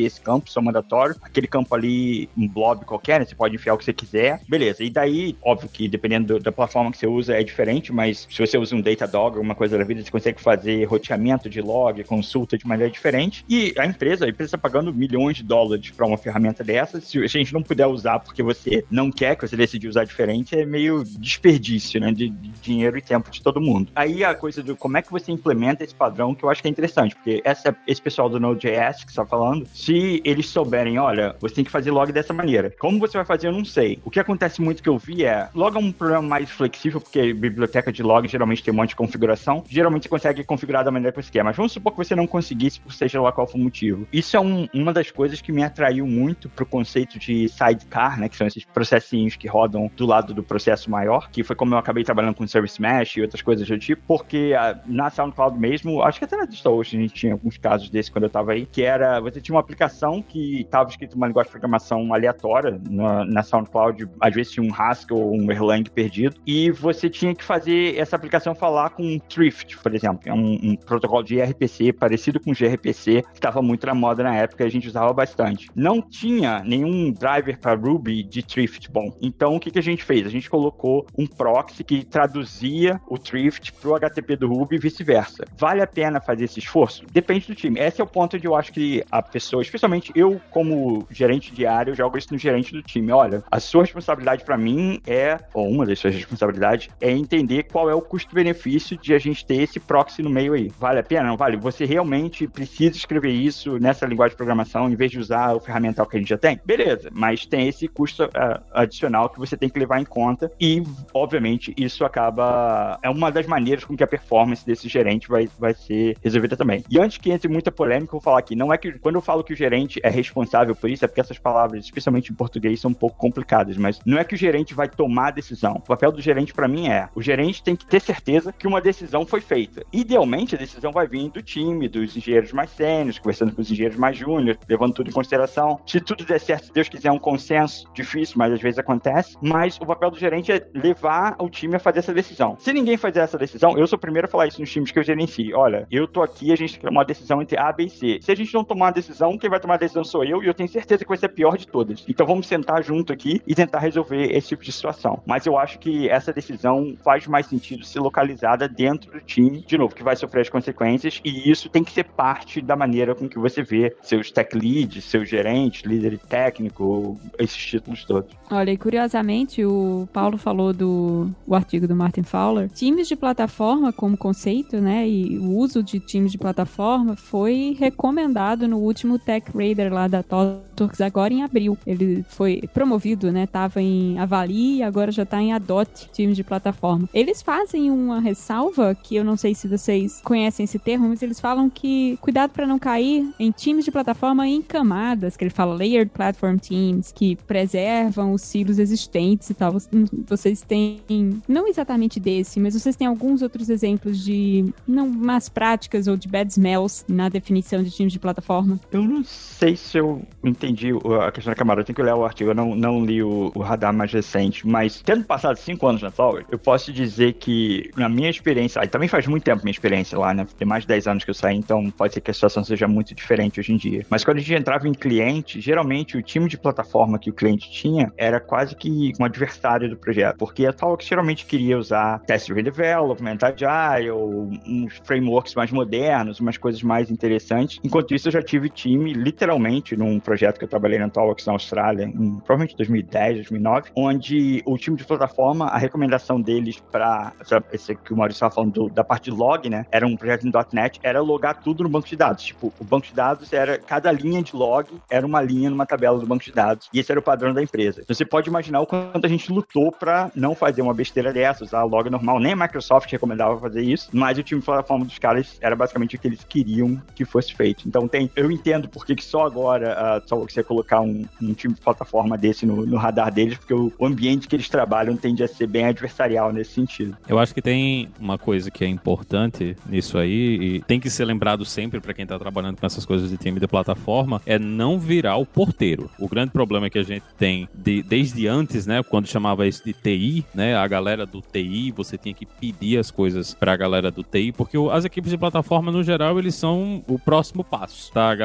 esse campo, são mandatórios. Aquele campo ali, um blob qualquer, né? Você pode enfiar o que você quiser. Beleza. E daí, óbvio que dependendo do, da plataforma que você usa é diferente, mas se você usa um Datadog, alguma coisa da vida, você consegue fazer roteamento de log, consulta de maneira diferente. E a empresa, a empresa está pagando milhões de dólares para uma ferramenta dessas. Se a gente não puder usar porque você não quer, que você decidiu usar diferente, é meio desperdício, né? De, de dinheiro e tempo de todo mundo. Aí a coisa do como é que você implementa esse padrão, que eu acho que é interessante, porque essa, esse pessoal do Node.js que você está falando, se eles souberem, olha, você tem que fazer log dessa maneira. Como você vai fazer, eu não sei. O que acontece muito que eu vi é, log é um problema mais flexível, porque biblioteca de log geralmente tem um monte de configuração. Geralmente você consegue configurar da maneira que você quer, mas vamos supor que você não conseguisse, por seja lá qual for o motivo. Isso é um, uma das coisas que me atraiu muito pro conceito de sidecar, né, que são esses processinhos que rodam do lado do processo maior, que foi como eu acabei trabalhando com Service Mesh e outras coisas do tipo, porque a, na SoundCloud mesmo, acho que até na DistroOcean a gente tinha alguns casos desses quando eu tava aí, que era, você tinha uma aplicação que estava escrito uma linguagem de programação aleatória na, na SoundCloud, às vezes tinha um Haskell ou um Erlang perdido, e você tinha que fazer essa aplicação falar com um Thrift, por exemplo, é um, um protocolo de I R P C parecido com o G R P C, que estava muito na moda na época e a gente usava bastante. Não tinha nenhum driver para Ruby de Thrift bom. Então, o que, que a gente fez? A gente colocou um proxy que traduzia o Thrift para o H T T P do Ruby e vice-versa. Vale a pena fazer esse esforço? Depende do time. Esse é o ponto onde eu acho que a pessoa, especialmente eu como gerente diário, eu jogo isso no gerente do time. Olha, a sua responsabilidade para mim é, ou uma das suas responsabilidades, é entender qual é o custo-benefício de a gente ter esse proxy no meio aí. Vale a pena? Não vale? Você realmente precisa escrever isso nessa linguagem de programação em vez de usar o ferramental que a gente já tem? Beleza, mas tem esse custo uh, adicional que você tem que levar em conta e, obviamente, isso acaba... É uma das maneiras com que a performance desse gerente vai, vai ser resolvida também. E antes que entre muita polêmica, eu vou falar aqui, não é que... Quando eu falo que o gerente é responsável por isso, é porque essas palavras, especialmente em português, são um pouco complicadas, mas não é que o gerente vai tomar a decisão. O papel do gerente, para mim, é... O gerente tem que ter certeza que uma decisão foi feita. Idealmente, a decisão vai vir do time, dos engenheiros mais sênios, conversando com os engenheiros mais júniores, levando tudo em consideração. Se tudo der certo, se Deus quiser, é um consenso difícil, mas às vezes acontece. Mas o papel do gerente é levar o time a fazer essa decisão. Se ninguém fazer essa decisão, eu sou o primeiro a falar isso nos times que eu gerencio. Olha, eu tô aqui, a gente tem que tomar uma decisão entre A, B e C. Se a gente não tomar uma decisão, quem vai tomar a decisão sou eu, e eu tenho certeza que vai ser a pior de todas. Então vamos sentar junto aqui e tentar resolver esse tipo de situação. Mas eu acho que essa decisão faz mais sentido ser localizada dentro do time, de novo, que vai sofrer as consequências, e isso tem que ser parte da maneira com que você vê seus tech leads, seus gerentes, líder técnico, esses títulos todos. Olha, e curiosamente, o Paulo falou do o artigo do Martin Fowler. Times de plataforma como conceito, né, e o uso de times de plataforma foi recomendado no último Tech Radar lá da ThoughtWorks agora em abril. Ele foi promovido, né, tava em Avali e agora já tá em Adote, times de plataforma. Eles fazem uma ressalva, que eu não sei se vocês conhecem esse termo, mas eles falam que cuidado para não cair em times de plataforma em camadas, que ele fala Layered Platform Teams, que preservam os silos existentes e tal. Vocês têm, não exatamente desse, mas vocês têm alguns outros exemplos de não más práticas ou de bad smells na definição de times de plataforma? Eu não sei se eu entendi a questão da camada, eu tenho que ler o artigo, eu não, não li o, o radar mais recente, mas tendo passado cinco anos na Tower, eu posso dizer que na minha experiência, aí também faz muito tempo minha experiência lá, né? Tem mais de dez anos que eu saí, então pode ser que a situação seja muito diferente hoje em dia. Mas quando a gente entrava em cliente, geralmente o time de plataforma que o cliente tinha era quase que um adversário do projeto, porque a Tower geralmente queria usar test-driven development, agile, uns frameworks mais modernos, umas coisas mais interessantes. Enquanto isso, eu já tive time, literalmente, num projeto que eu trabalhei na Towerx na Austrália, em provavelmente dois mil e dez, dois mil e nove, onde o time de plataforma, a recomendação deles para esse que o Maurício estava falando do, da parte de log, né, era um projeto em .NET, era logar tudo no banco de dados. Tipo, o banco de dados era, cada linha de log era uma linha numa tabela do banco de dados, e esse era o padrão da empresa. Então, você pode imaginar o quanto a gente lutou para não fazer uma besteira dessa, usar log normal, nem a Microsoft recomendava fazer isso, mas o time de plataforma dos caras era basicamente o que eles queriam que fosse feito. Então, tem, eu entendo por que só agora uh, só você colocar um, um time de plataforma desse no, no radar deles, porque o, o ambiente que eles trabalham tende a ser bem adversarial nesse sentido. Eu acho que tem uma coisa que é importante nisso aí, e tem que ser lembrado sempre para quem tá trabalhando com essas coisas de time de plataforma, é não virar o porteiro. O grande problema que a gente tem de, desde antes, né, quando chamava isso de T I, né, a galera do T I, você tinha que pedir as coisas pra galera do T I, porque o, as equipes de plataforma, no geral, eles são o próximo passo, tá? A galera do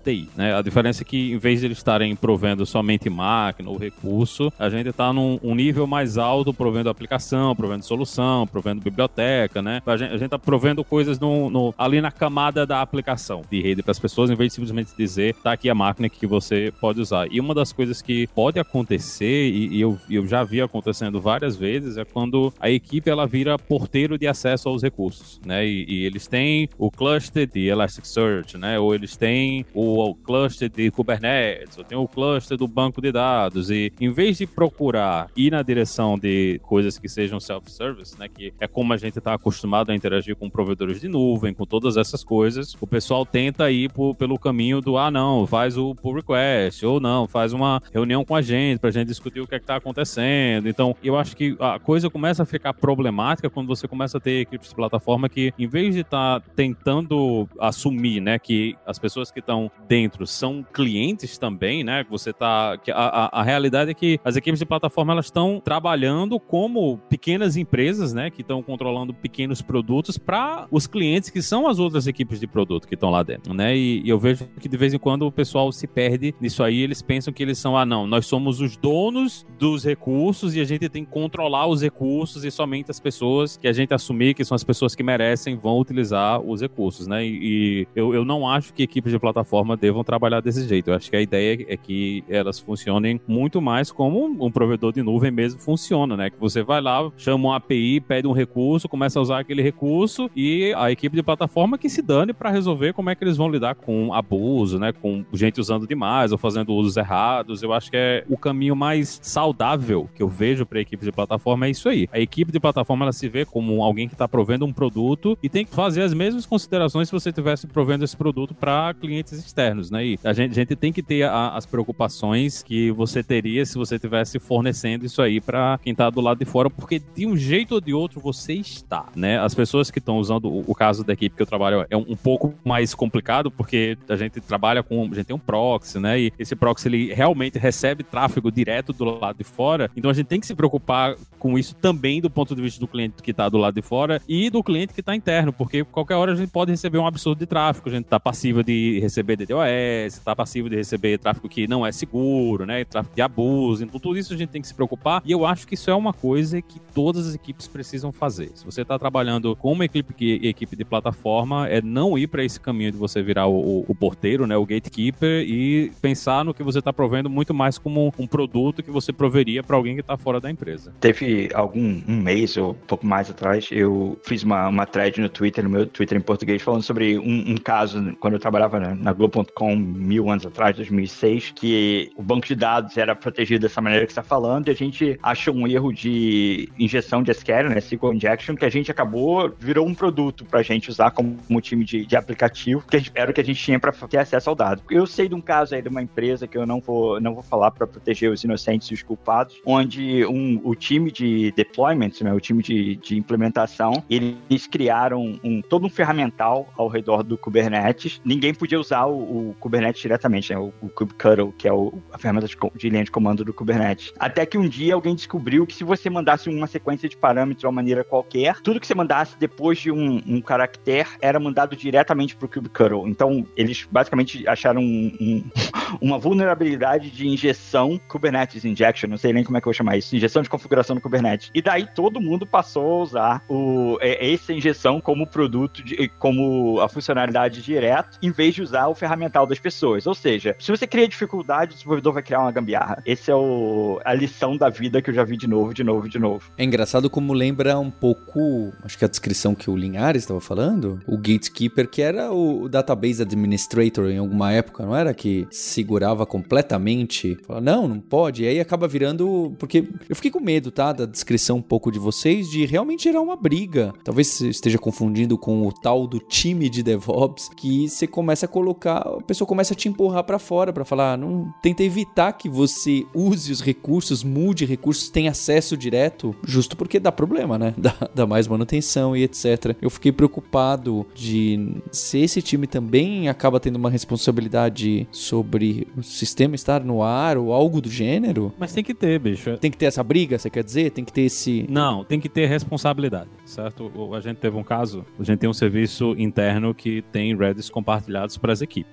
T I, né? A diferença é que, em vez de eles estarem provendo somente máquina ou recurso, a gente está num um nível mais alto, provendo aplicação, provendo solução, provendo biblioteca, né? A gente, a gente tá provendo coisas no, no, ali na camada da aplicação de rede para as pessoas, em vez de simplesmente dizer, tá aqui a máquina que você pode usar. E uma das coisas que pode acontecer, e, e eu, eu já vi acontecendo várias vezes, é quando a equipe ela vira porteiro de acesso aos recursos, né? E, e eles têm o cluster de Elasticsearch, né? Ou eles têm o, o cluster de Kubernetes, ou tem o cluster do banco de dados, e em vez de procurar ir na direção de coisas que sejam self-service, né? Que é como a gente está acostumado a interagir com provedores de nuvem, com todas essas coisas, o pessoal tenta ir por, pelo caminho do, ah, não, faz o pull request, ou não, faz uma reunião com a gente pra gente discutir o que é que tá acontecendo. Então, eu acho que a coisa começa a ficar problemática quando você começa a ter equipes de plataforma que, em vez de estar tá tentando assumir, né, que as pessoas que estão dentro são clientes também, né, que você tá... Que a, a, a realidade é que as equipes de plataforma, elas estão trabalhando como pequenas empresas, né, que estão controlando pequenos produtos para os clientes que são as outras equipes de produto que estão lá dentro, né, e, e eu vejo que de vez em quando o pessoal se perde nisso aí, eles pensam que eles são, ah, não, nós somos os donos dos recursos e a gente tem que controlar os recursos e somente as pessoas que a gente assumir que são as pessoas que merecem vão utilizar os recursos, né, e, e eu, eu não acho que equipes de plataforma devam trabalhar desse jeito. Eu acho que a ideia é que elas funcionem muito mais como um provedor de nuvem mesmo funciona, né, que você vai lá, chama uma A P I, pede um recurso, começa a usar aquele recurso e a equipe de plataforma que se dane para resolver como é que eles vão lidar com abuso, né, com gente usando demais ou fazendo usos errados. Eu acho que é o caminho mais saudável que eu vejo para a equipe de plataforma é isso aí. A equipe de plataforma, ela se vê como alguém que está provendo um produto e tem que fazer as mesmas considerações se você estivesse provendo esse produto para clientes externos, né? E a gente, a gente tem que ter a, as preocupações que você teria se você estivesse fornecendo isso aí para quem está do lado de fora, porque de um jeito ou de outro você está, né? As pessoas que estão usando o, o caso da equipe que eu trabalho é um, um pouco mais complicado, porque a gente trabalha com, a gente tem um proxy, né? E esse proxy, ele realmente recebe tráfego direto do lado de fora, então a gente tem que se preocupar com isso também do ponto de vista do cliente que está do lado de fora e do cliente que está interno, porque qualquer hora a gente pode receber um absurdo de tráfego, a gente está passivo de receber D DoS, está passivo de receber tráfego que não é seguro, né? Tráfego de abuso, então tudo isso a gente tem que se preocupar, e eu acho que isso é uma coisa que todas as equipes precisam fazer. Se você está trabalhando com uma equipe, que, equipe de plataforma, é não ir para esse caminho de você virar o, o, o porteiro, né? O gatekeeper, e pensar no que você está provendo muito mais como um produto que você proveria para alguém que está fora da empresa. Teve algum um mês ou um pouco mais atrás, eu fiz uma, uma thread no Twitter, no meu Twitter em português, falando sobre um, um caso, quando eu trabalhava na, na Globo ponto com mil anos atrás, dois mil e seis, que o banco de dados era protegido dessa maneira que você está falando, e a gente achou um erro de injeção de S Q L, né, S Q L Injection, que a gente acabou, virou um produto pra gente usar como um time de, de aplicativo, que era o que a gente tinha para ter acesso ao dado. Eu sei de um caso aí de uma empresa que eu não vou, não vou falar para proteger os inocentes e os culpados, onde um, o time de deployment, né, o time de, de implementação, eles criaram um, todo um ferramental ao redor do Kubernetes. Ninguém podia usar o, o Kubernetes diretamente, né, o, o kubectl, que é o, a ferramenta de, de linha de comando do Kubernetes. Até que um dia alguém descobriu que se você mandasse uma sequência de parâmetros de uma maneira qualquer, tudo que você mandasse depois de um, um caractere era mandado diretamente para o kubectl. Então, eles basicamente acharam um, um, uma vulnerabilidade de injeção, Kubernetes Injection, não sei nem como é que eu vou chamar isso, injeção de configuração no Kubernetes. E daí todo mundo passou a usar o, é, essa injeção como produto, de, como a funcionalidade direto, em vez de usar o ferramental das pessoas. Ou seja, se você cria dificuldade, o desenvolvedor vai criar uma gambiarra. Essa é o, a lição da vida que eu já vi de novo, de novo, de novo. É engraçado como lembra um pouco, acho que a descrição que o Linhares estava falando, o Gatekeeper, que era o Database Administrator em alguma época, não era? Que segurava completamente, fala, não, não pode, e aí acaba virando, porque eu fiquei com medo, tá, da descrição um pouco de vocês, de realmente gerar uma briga. Talvez você esteja confundindo com o tal do time de DevOps, que você começa a colocar, a pessoa começa a te empurrar pra fora, pra falar, não, tenta evitar que você use os recursos, mude recursos, tenha acesso direto, justo porque dá problema, né? Dá, dá mais manutenção e etcétera. Eu fiquei preocupado de se esse time também acaba tendo uma responsabilidade sobre o sistema estar no ar ou algo do gênero. Mas tem que ter, bicho. Tem que ter essa briga, você quer dizer? Tem que ter esse... Não, tem que ter responsabilidade, certo? A gente teve um caso, a gente tem um serviço interno que tem Redis compartilhados para as equipes.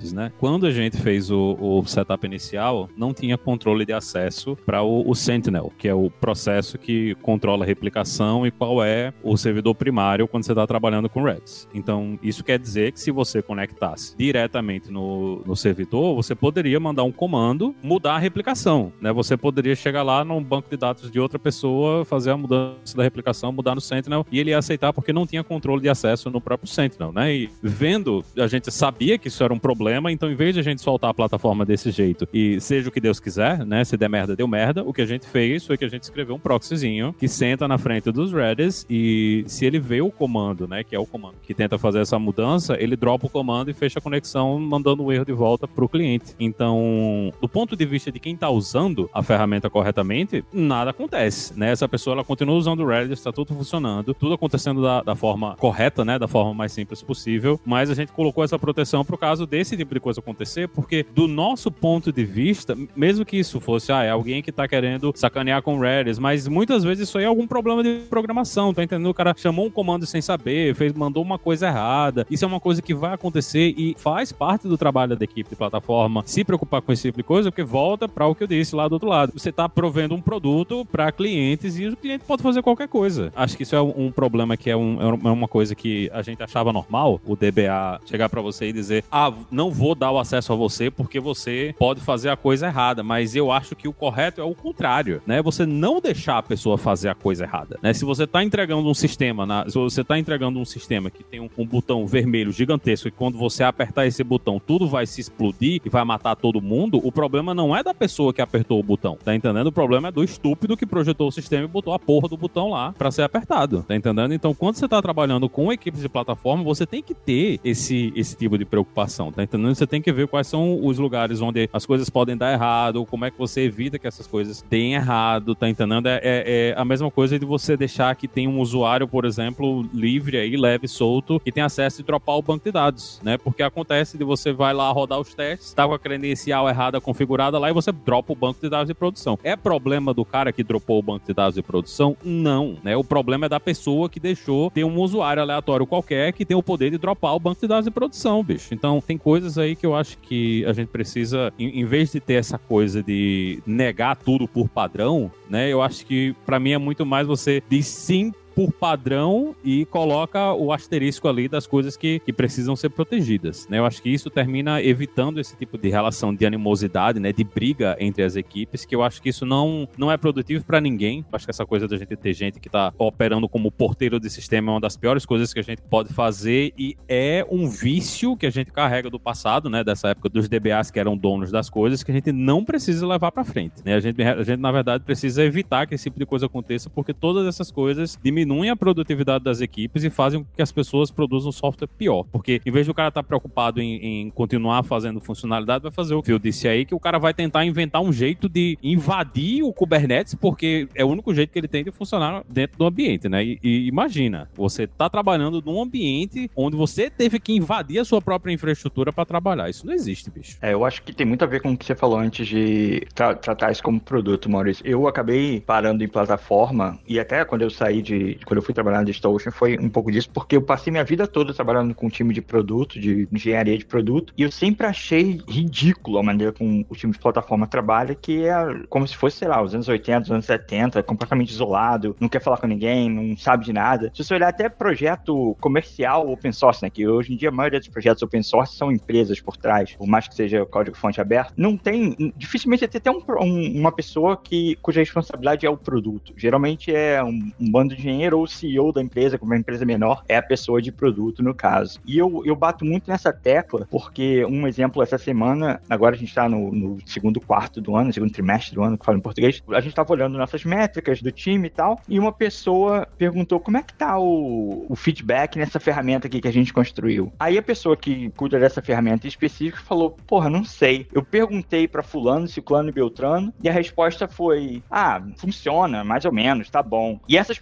equipes, né? Quando a gente fez o, o setup inicial, não tinha controle de acesso para o, o Sentinel, que é o processo que controla a replicação e qual é o servidor primário quando você está trabalhando com Redis. Então, isso quer dizer que se você conectasse diretamente no, no servidor, você poderia mandar um comando, mudar a replicação, né? Você poderia chegar lá num banco de dados de outra pessoa, fazer a mudança da replicação, mudar no Sentinel, e ele ia aceitar porque não tinha controle de acesso no próprio Sentinel, né? E vendo, a gente sabia que isso era um problema, então em vez de a gente soltar a plataforma desse jeito e seja o que Deus quiser, né? Se der merda, deu merda, o que a gente fez foi que a gente escreveu um proxyzinho que senta na frente dos Redis e se ele vê o comando, né? Que é o comando que tenta fazer essa mudança, ele dropa o comando e fecha a conexão, mandando o erro de volta pro cliente. Então, do ponto de vista de quem tá usando a ferramenta corretamente, nada acontece, né? Essa pessoa, ela continua usando o Redis, tá tudo funcionando, tudo acontecendo da, da forma correta, né? Da forma mais simples possível, mas a gente colocou essa proteção pro caso desse tipo de coisa acontecer, porque do nosso ponto de vista, mesmo que isso fosse, ah, é alguém que tá querendo sacanear com o Redis, mas muitas vezes isso aí é algum problema de programação, tá entendendo? O cara chamou um comando sem saber, fez, mandou uma coisa errada, isso é uma coisa que vai acontecer e faz parte do trabalho da equipe de plataforma se preocupar com esse tipo de coisa, porque volta para o que eu disse lá do outro lado. Você tá provendo um produto para clientes e o cliente pode fazer qualquer coisa. Acho que isso é um, um problema que é, um, é uma coisa que a gente achava normal, o D B A chegar para você e dizer, ah, não vou dar o acesso a você porque você pode fazer a coisa errada, mas eu acho que o correto é o contrário, né? Você não deixar a pessoa fazer a coisa errada, né? Se você tá entregando um sistema, na, se você tá entregando um sistema que tem um, um botão vermelho gigantesco e quando você apertar esse botão, tudo vai se explodir e vai matar todo mundo, o problema não é da pessoa que apertou o botão, tá entendendo? O problema é do estúpido que projetou o sistema e botou a porra do botão lá pra ser apertado, tá entendendo? Então, quando você tá trabalhando com equipes de plataforma, você tem que ter esse, esse tipo de preocupação, tá entendendo? Você tem que ver quais são os lugares onde as coisas podem dar errado, como é que você evita que essas coisas deem errado, tá entendendo? É, é, é a mesma coisa de você deixar que tem um usuário, por exemplo, livre aí, leve, solto, que tem acesso e dropar o banco de dados, né? Porque acontece de você vai lá rodar os testes, tá com a credencial errada configurada lá e você dropa o banco de dados de produção. É problema do cara que dropou o banco de dados de produção? Não, né? O problema é da pessoa que deixou ter um usuário aleatório qualquer que tem o poder de dropar o banco de dados de produção, bicho. Então, tem coisas aí que eu acho que a gente precisa, em, em vez de ter essa coisa de negar tudo por padrão, né? Eu acho que, pra mim, é muito mais você diz sim por padrão e coloca o asterisco ali das coisas que, que precisam ser protegidas, né? Eu acho que isso termina evitando esse tipo de relação de animosidade, né? De briga entre as equipes, que eu acho que isso não, não é produtivo para ninguém. Eu acho que essa coisa da gente ter gente que tá operando como porteiro de sistema é uma das piores coisas que a gente pode fazer e é um vício que a gente carrega do passado, né? Dessa época dos D B As que eram donos das coisas, que a gente não precisa levar para frente, né? A gente, a gente, na verdade, precisa evitar que esse tipo de coisa aconteça, porque todas essas coisas diminuem diminuem a produtividade das equipes e fazem com que as pessoas produzam software pior. Porque em vez do cara estar preocupado em, em continuar fazendo funcionalidade, vai fazer o que eu disse aí, que o cara vai tentar inventar um jeito de invadir o Kubernetes, porque é o único jeito que ele tem de funcionar dentro do ambiente, né? E, e imagina, você tá trabalhando num ambiente onde você teve que invadir a sua própria infraestrutura para trabalhar. Isso não existe, bicho. É, eu acho que tem muito a ver com o que você falou antes de tra- tratar isso como produto, Maurício. Eu acabei parando em plataforma e até quando eu saí de... Quando eu fui trabalhar na DigitalOcean foi um pouco disso, porque eu passei minha vida toda trabalhando com um time de produto, de engenharia de produto, e eu sempre achei ridículo a maneira como o time de plataforma trabalha, que é como se fosse, sei lá, os anos oitenta, os anos setenta, completamente isolado, não quer falar com ninguém, não sabe de nada. Se você olhar até projeto comercial open source, né, que hoje em dia a maioria dos projetos open source são empresas por trás, por mais que seja código-fonte aberto, não tem, dificilmente tem até um, um, uma pessoa que, cuja responsabilidade é o produto. Geralmente é um, um bando de engenheiro ou o C E O da empresa, como uma empresa menor, é a pessoa de produto no caso. E eu, eu bato muito nessa tecla, porque um exemplo essa semana, agora a gente está no, no segundo quarto do ano, segundo trimestre do ano, que fala em português, a gente estava olhando nossas métricas do time e tal, e uma pessoa perguntou como é que tá o, o feedback nessa ferramenta aqui que a gente construiu. Aí a pessoa que cuida dessa ferramenta em específico falou, porra, não sei. Eu perguntei para fulano, ciclano e beltrano, e a resposta foi, ah, funciona, mais ou menos, tá bom. E essas pessoas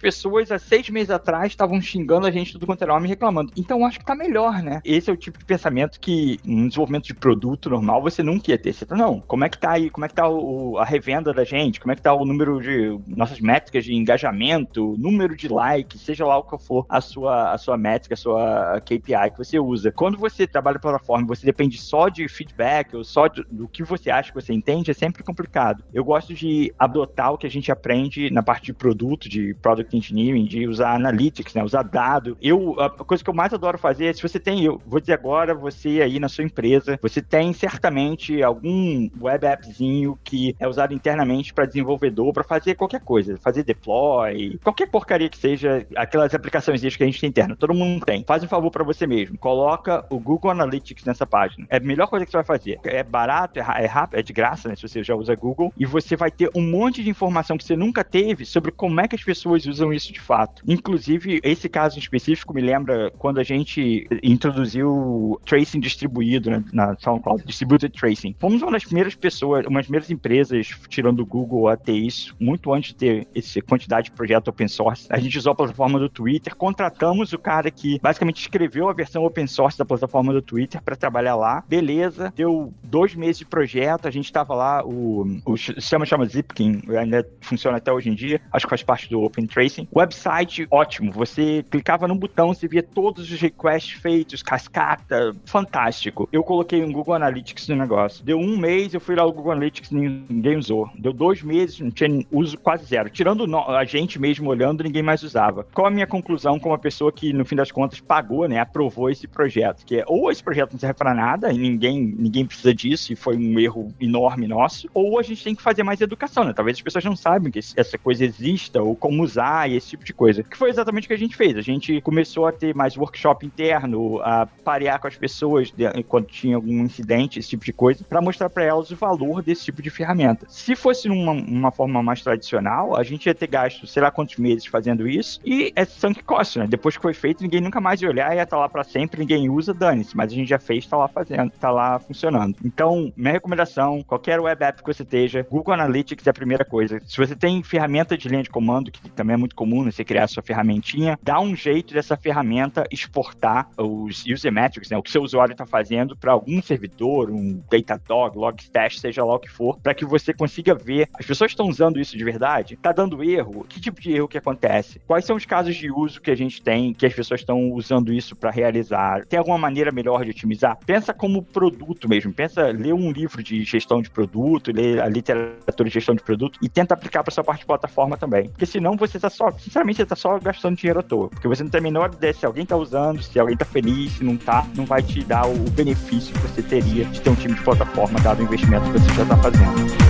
há seis meses atrás estavam xingando a gente tudo quanto era homem, reclamando. Então eu acho que tá melhor, né? Esse é o tipo de pensamento que no desenvolvimento de produto normal você nunca ia ter. Você tá, não, como é que tá aí, como é que tá o, a revenda da gente, como é que tá o número de nossas métricas de engajamento, número de likes, seja lá o que for a sua, a sua métrica, a sua K P I que você usa. Quando você trabalha na plataforma, você depende só de feedback ou só de, do que você acha que você entende, é sempre complicado. Eu gosto de adotar o que a gente aprende na parte de produto, de product engineering, de usar analytics, né, usar dado. Eu, a coisa que eu mais adoro fazer é, se você tem, eu vou dizer agora, você aí na sua empresa, você tem certamente algum web appzinho que é usado internamente para desenvolvedor, para fazer qualquer coisa, fazer deploy, qualquer porcaria que seja, aquelas aplicações que a gente tem interno, todo mundo tem. Faz um favor para você mesmo, coloca o Google Analytics nessa página. É a melhor coisa que você vai fazer. É barato, é, é rápido, é de graça, né, se você já usa Google, e você vai ter um monte de informação que você nunca teve sobre como é que as pessoas usam isso de fato. Inclusive, esse caso em específico me lembra quando a gente introduziu tracing distribuído, né, na SoundCloud, Distributed Tracing. Fomos uma das primeiras pessoas, uma das primeiras empresas tirando o Google a ter isso, muito antes de ter essa quantidade de projeto open source. A gente usou a plataforma do Twitter, contratamos o cara que basicamente escreveu a versão open source da plataforma do Twitter para trabalhar lá. Beleza, deu dois meses de projeto, a gente estava lá, o, o sistema chama Zipkin, ainda funciona até hoje em dia, acho que faz parte do Open Tracing. Website, ótimo, você clicava num botão, você via todos os requests feitos, cascata, fantástico. Eu coloquei um Google Analytics no negócio. Deu um mês, eu fui lá o Google Analytics, ninguém usou. Deu dois meses, não tinha uso quase zero. Tirando a gente mesmo olhando, ninguém mais usava. Qual a minha conclusão como uma pessoa que, no fim das contas, pagou, né, aprovou esse projeto? Que é, ou esse projeto não serve pra nada, e ninguém, ninguém precisa disso, e foi um erro enorme nosso, ou a gente tem que fazer mais educação, né? Talvez as pessoas não saibam que essa coisa exista, ou como usar, e esse tipo de coisa. Que foi exatamente o que a gente fez. A gente começou a ter mais workshop interno, a parear com as pessoas de, quando tinha algum incidente, esse tipo de coisa, pra mostrar pra elas o valor desse tipo de ferramenta. Se fosse numa uma forma mais tradicional, a gente ia ter gasto, sei lá quantos meses fazendo isso, e é sunk cost, né? Depois que foi feito, ninguém nunca mais ia olhar, ia estar lá pra sempre, ninguém usa, dane-se, mas a gente já fez, tá lá fazendo, tá lá funcionando. Então, minha recomendação, qualquer web app que você esteja, Google Analytics é a primeira coisa. Se você tem ferramenta de linha de comando, que também é muito comum, né, você criar a sua ferramentinha, dá um jeito dessa ferramenta exportar os user metrics, né, o que seu usuário está fazendo para algum servidor, um Datadog, Logstash, seja lá o que for, para que você consiga ver, as pessoas estão usando isso de verdade? Tá dando erro? Que tipo de erro que acontece? Quais são os casos de uso que a gente tem, que as pessoas estão usando isso para realizar? Tem alguma maneira melhor de otimizar? Pensa como produto mesmo, pensa, lê um livro de gestão de produto, lê a literatura de gestão de produto e tenta aplicar para sua parte de plataforma também. Porque senão você tá só, sinceramente, você tá só gastando dinheiro à toa. Porque você não tem a menor ideia se alguém tá usando, se alguém tá feliz, se não tá, não vai te dar o benefício que você teria de ter um time de plataforma dado o investimento que você já tá fazendo.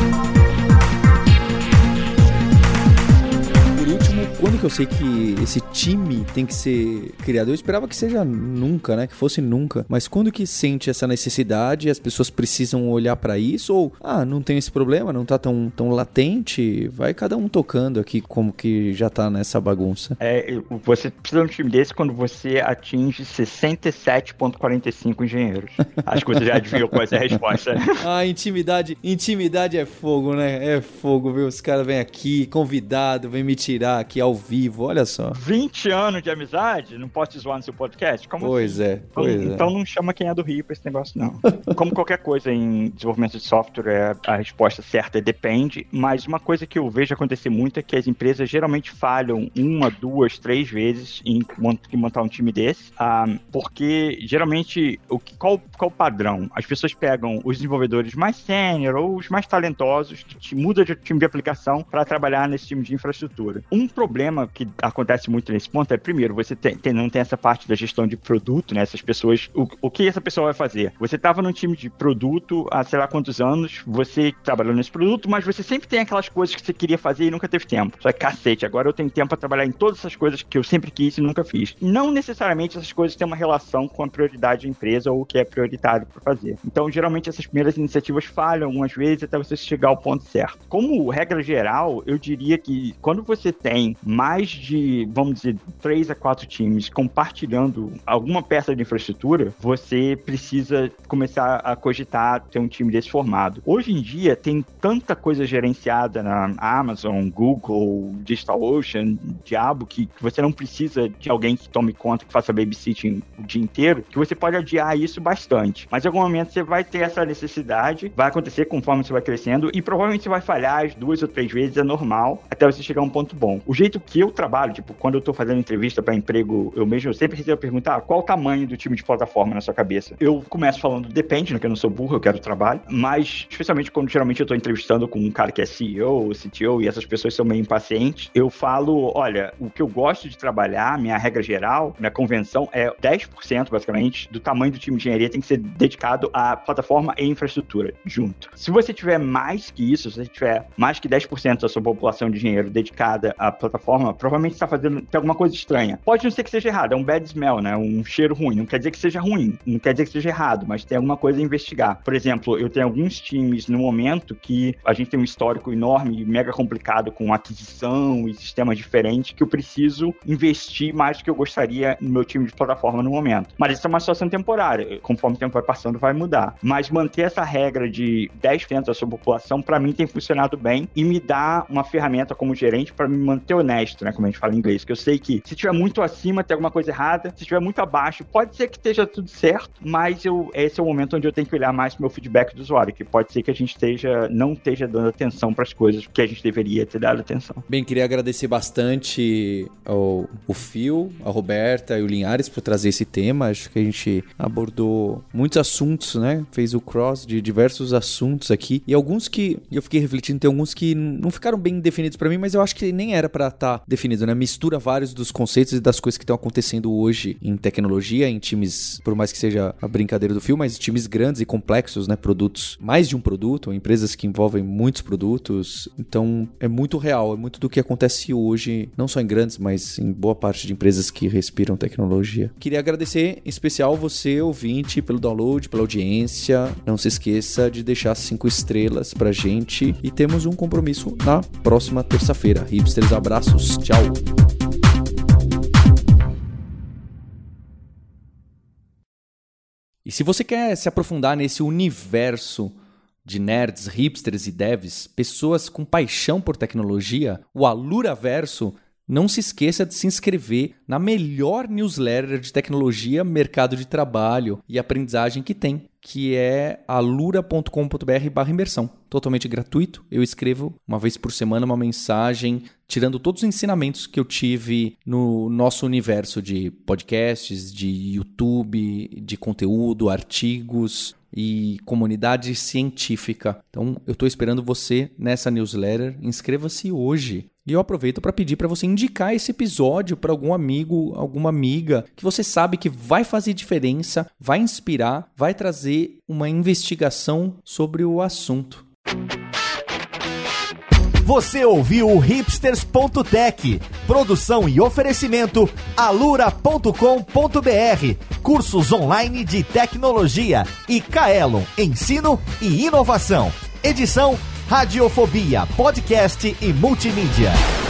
Quando que eu sei que esse time tem que ser criado? Eu esperava que seja nunca, né? Que fosse nunca. Mas quando que sente essa necessidade, as pessoas precisam olhar pra isso? Ou, ah, não tem esse problema, não tá tão, tão latente, vai cada um tocando aqui como que já tá nessa bagunça. É, você precisa de um time desse quando você atinge sessenta e sete vírgula quarenta e cinco engenheiros. Acho que você já adivinhou qual é a resposta. Ah, intimidade, intimidade é fogo, né? É fogo, viu? Os caras vêm aqui, convidado, vem me tirar aqui ao vivo, olha só. vinte anos de amizade? Não posso te zoar no seu podcast? Como pois assim? é, pois então, é. Então não chama quem é do Rio pra esse negócio, não. Como qualquer coisa em desenvolvimento de software, a resposta certa é depende, mas uma coisa que eu vejo acontecer muito é que as empresas geralmente falham uma, duas, três vezes em montar um time desse, ah, porque geralmente, o que, qual, qual o padrão? As pessoas pegam os desenvolvedores mais sênior ou os mais talentosos, que te muda de time de aplicação para trabalhar nesse time de infraestrutura. Um problema que acontece muito nesse ponto é, primeiro, você tem, tem, não tem essa parte da gestão de produto, né? Essas pessoas, o, o que essa pessoa vai fazer? Você estava num time de produto há sei lá quantos anos, você trabalhou nesse produto, mas você sempre tem aquelas coisas que você queria fazer e nunca teve tempo. Só que, cacete, agora eu tenho tempo para trabalhar em todas essas coisas que eu sempre quis e nunca fiz. Não necessariamente essas coisas têm uma relação com a prioridade da empresa ou o que é prioritário para fazer. Então, geralmente, essas primeiras iniciativas falham algumas vezes até você chegar ao ponto certo. Como regra geral, eu diria que quando você tem mais mais de, vamos dizer, três a quatro times compartilhando alguma peça de infraestrutura, você precisa começar a cogitar ter um time desse formado. Hoje em dia, tem tanta coisa gerenciada na Amazon, Google, DigitalOcean, Diabo, que você não precisa de alguém que tome conta, que faça babysitting o dia inteiro, que você pode adiar isso bastante. Mas em algum momento você vai ter essa necessidade, vai acontecer conforme você vai crescendo e provavelmente você vai falhar as duas ou três vezes, é normal, até você chegar a um ponto bom. O jeito que eu trabalho, tipo, quando eu tô fazendo entrevista para emprego, eu mesmo eu sempre recebo a pergunta, ah, qual o tamanho do time de plataforma na sua cabeça? Eu começo falando, depende, né, que eu não sou burro, eu quero trabalho, mas especialmente quando geralmente eu tô entrevistando com um cara que é C E O, C T O, e essas pessoas são meio impacientes, eu falo, olha, o que eu gosto de trabalhar, minha regra geral, minha convenção é dez por cento, basicamente, do tamanho do time de engenharia tem que ser dedicado à plataforma e infraestrutura, junto. Se você tiver mais que isso, se você tiver mais que dez por cento da sua população de engenheiro dedicada à plataforma, provavelmente está fazendo tem alguma coisa estranha. Pode não ser que seja errado, é um bad smell, né? Um cheiro ruim. Não quer dizer que seja ruim, não quer dizer que seja errado, mas tem alguma coisa a investigar. Por exemplo, eu tenho alguns times no momento que a gente tem um histórico enorme e mega complicado com aquisição e sistemas diferentes que eu preciso investir mais do que eu gostaria no meu time de plataforma no momento. Mas isso é uma situação temporária. Conforme o tempo vai passando, vai mudar. Mas manter essa regra de dez por cento da sua população, para mim, tem funcionado bem e me dá uma ferramenta como gerente para me manter honesto, né? Como a gente fala em inglês. Que eu sei que se tiver muito acima, tem alguma coisa errada. Se tiver muito abaixo, pode ser que esteja tudo certo, mas eu, esse é o momento onde eu tenho que olhar mais pro meu feedback do usuário, que pode ser que a gente esteja, não esteja dando atenção para as coisas que a gente deveria ter dado atenção. Bem, queria agradecer bastante ao, o Phil, a Roberta e o Linhares por trazer esse tema. Acho que a gente abordou muitos assuntos, né? Fez o cross de diversos assuntos aqui. E alguns que, eu fiquei refletindo, tem alguns que não ficaram bem definidos para mim, mas eu acho que nem era para estar tá definido, né? Mistura vários dos conceitos e das coisas que estão acontecendo hoje em tecnologia, em times, por mais que seja a brincadeira do Phil, mas times grandes e complexos, né? Produtos, mais de um produto, empresas que envolvem muitos produtos. Então, é muito real, é muito do que acontece hoje, não só em grandes, mas em boa parte de empresas que respiram tecnologia. Queria agradecer em especial você, ouvinte, pelo download, pela audiência. Não se esqueça de deixar cinco estrelas pra gente e temos um compromisso na próxima terça-feira. Hipsters, abraços, tchau! E se você quer se aprofundar nesse universo de nerds, hipsters e devs, pessoas com paixão por tecnologia, o Aluraverso, não se esqueça de se inscrever na melhor newsletter de tecnologia, mercado de trabalho e aprendizagem que tem, que é alura ponto com ponto b r barra imersão. Totalmente gratuito. Eu escrevo uma vez por semana uma mensagem tirando todos os ensinamentos que eu tive no nosso universo de podcasts, de YouTube, de conteúdo, artigos e comunidade científica. Então, eu estou esperando você nessa newsletter. Inscreva-se hoje. E eu aproveito para pedir para você indicar esse episódio para algum amigo, alguma amiga que você sabe que vai fazer diferença, vai inspirar, vai trazer uma investigação sobre o assunto. Você ouviu o hipsters ponto tech, produção e oferecimento alura ponto com ponto b r, cursos online de tecnologia e Kaelon, ensino e inovação. Edição Radiofobia, podcast e multimídia.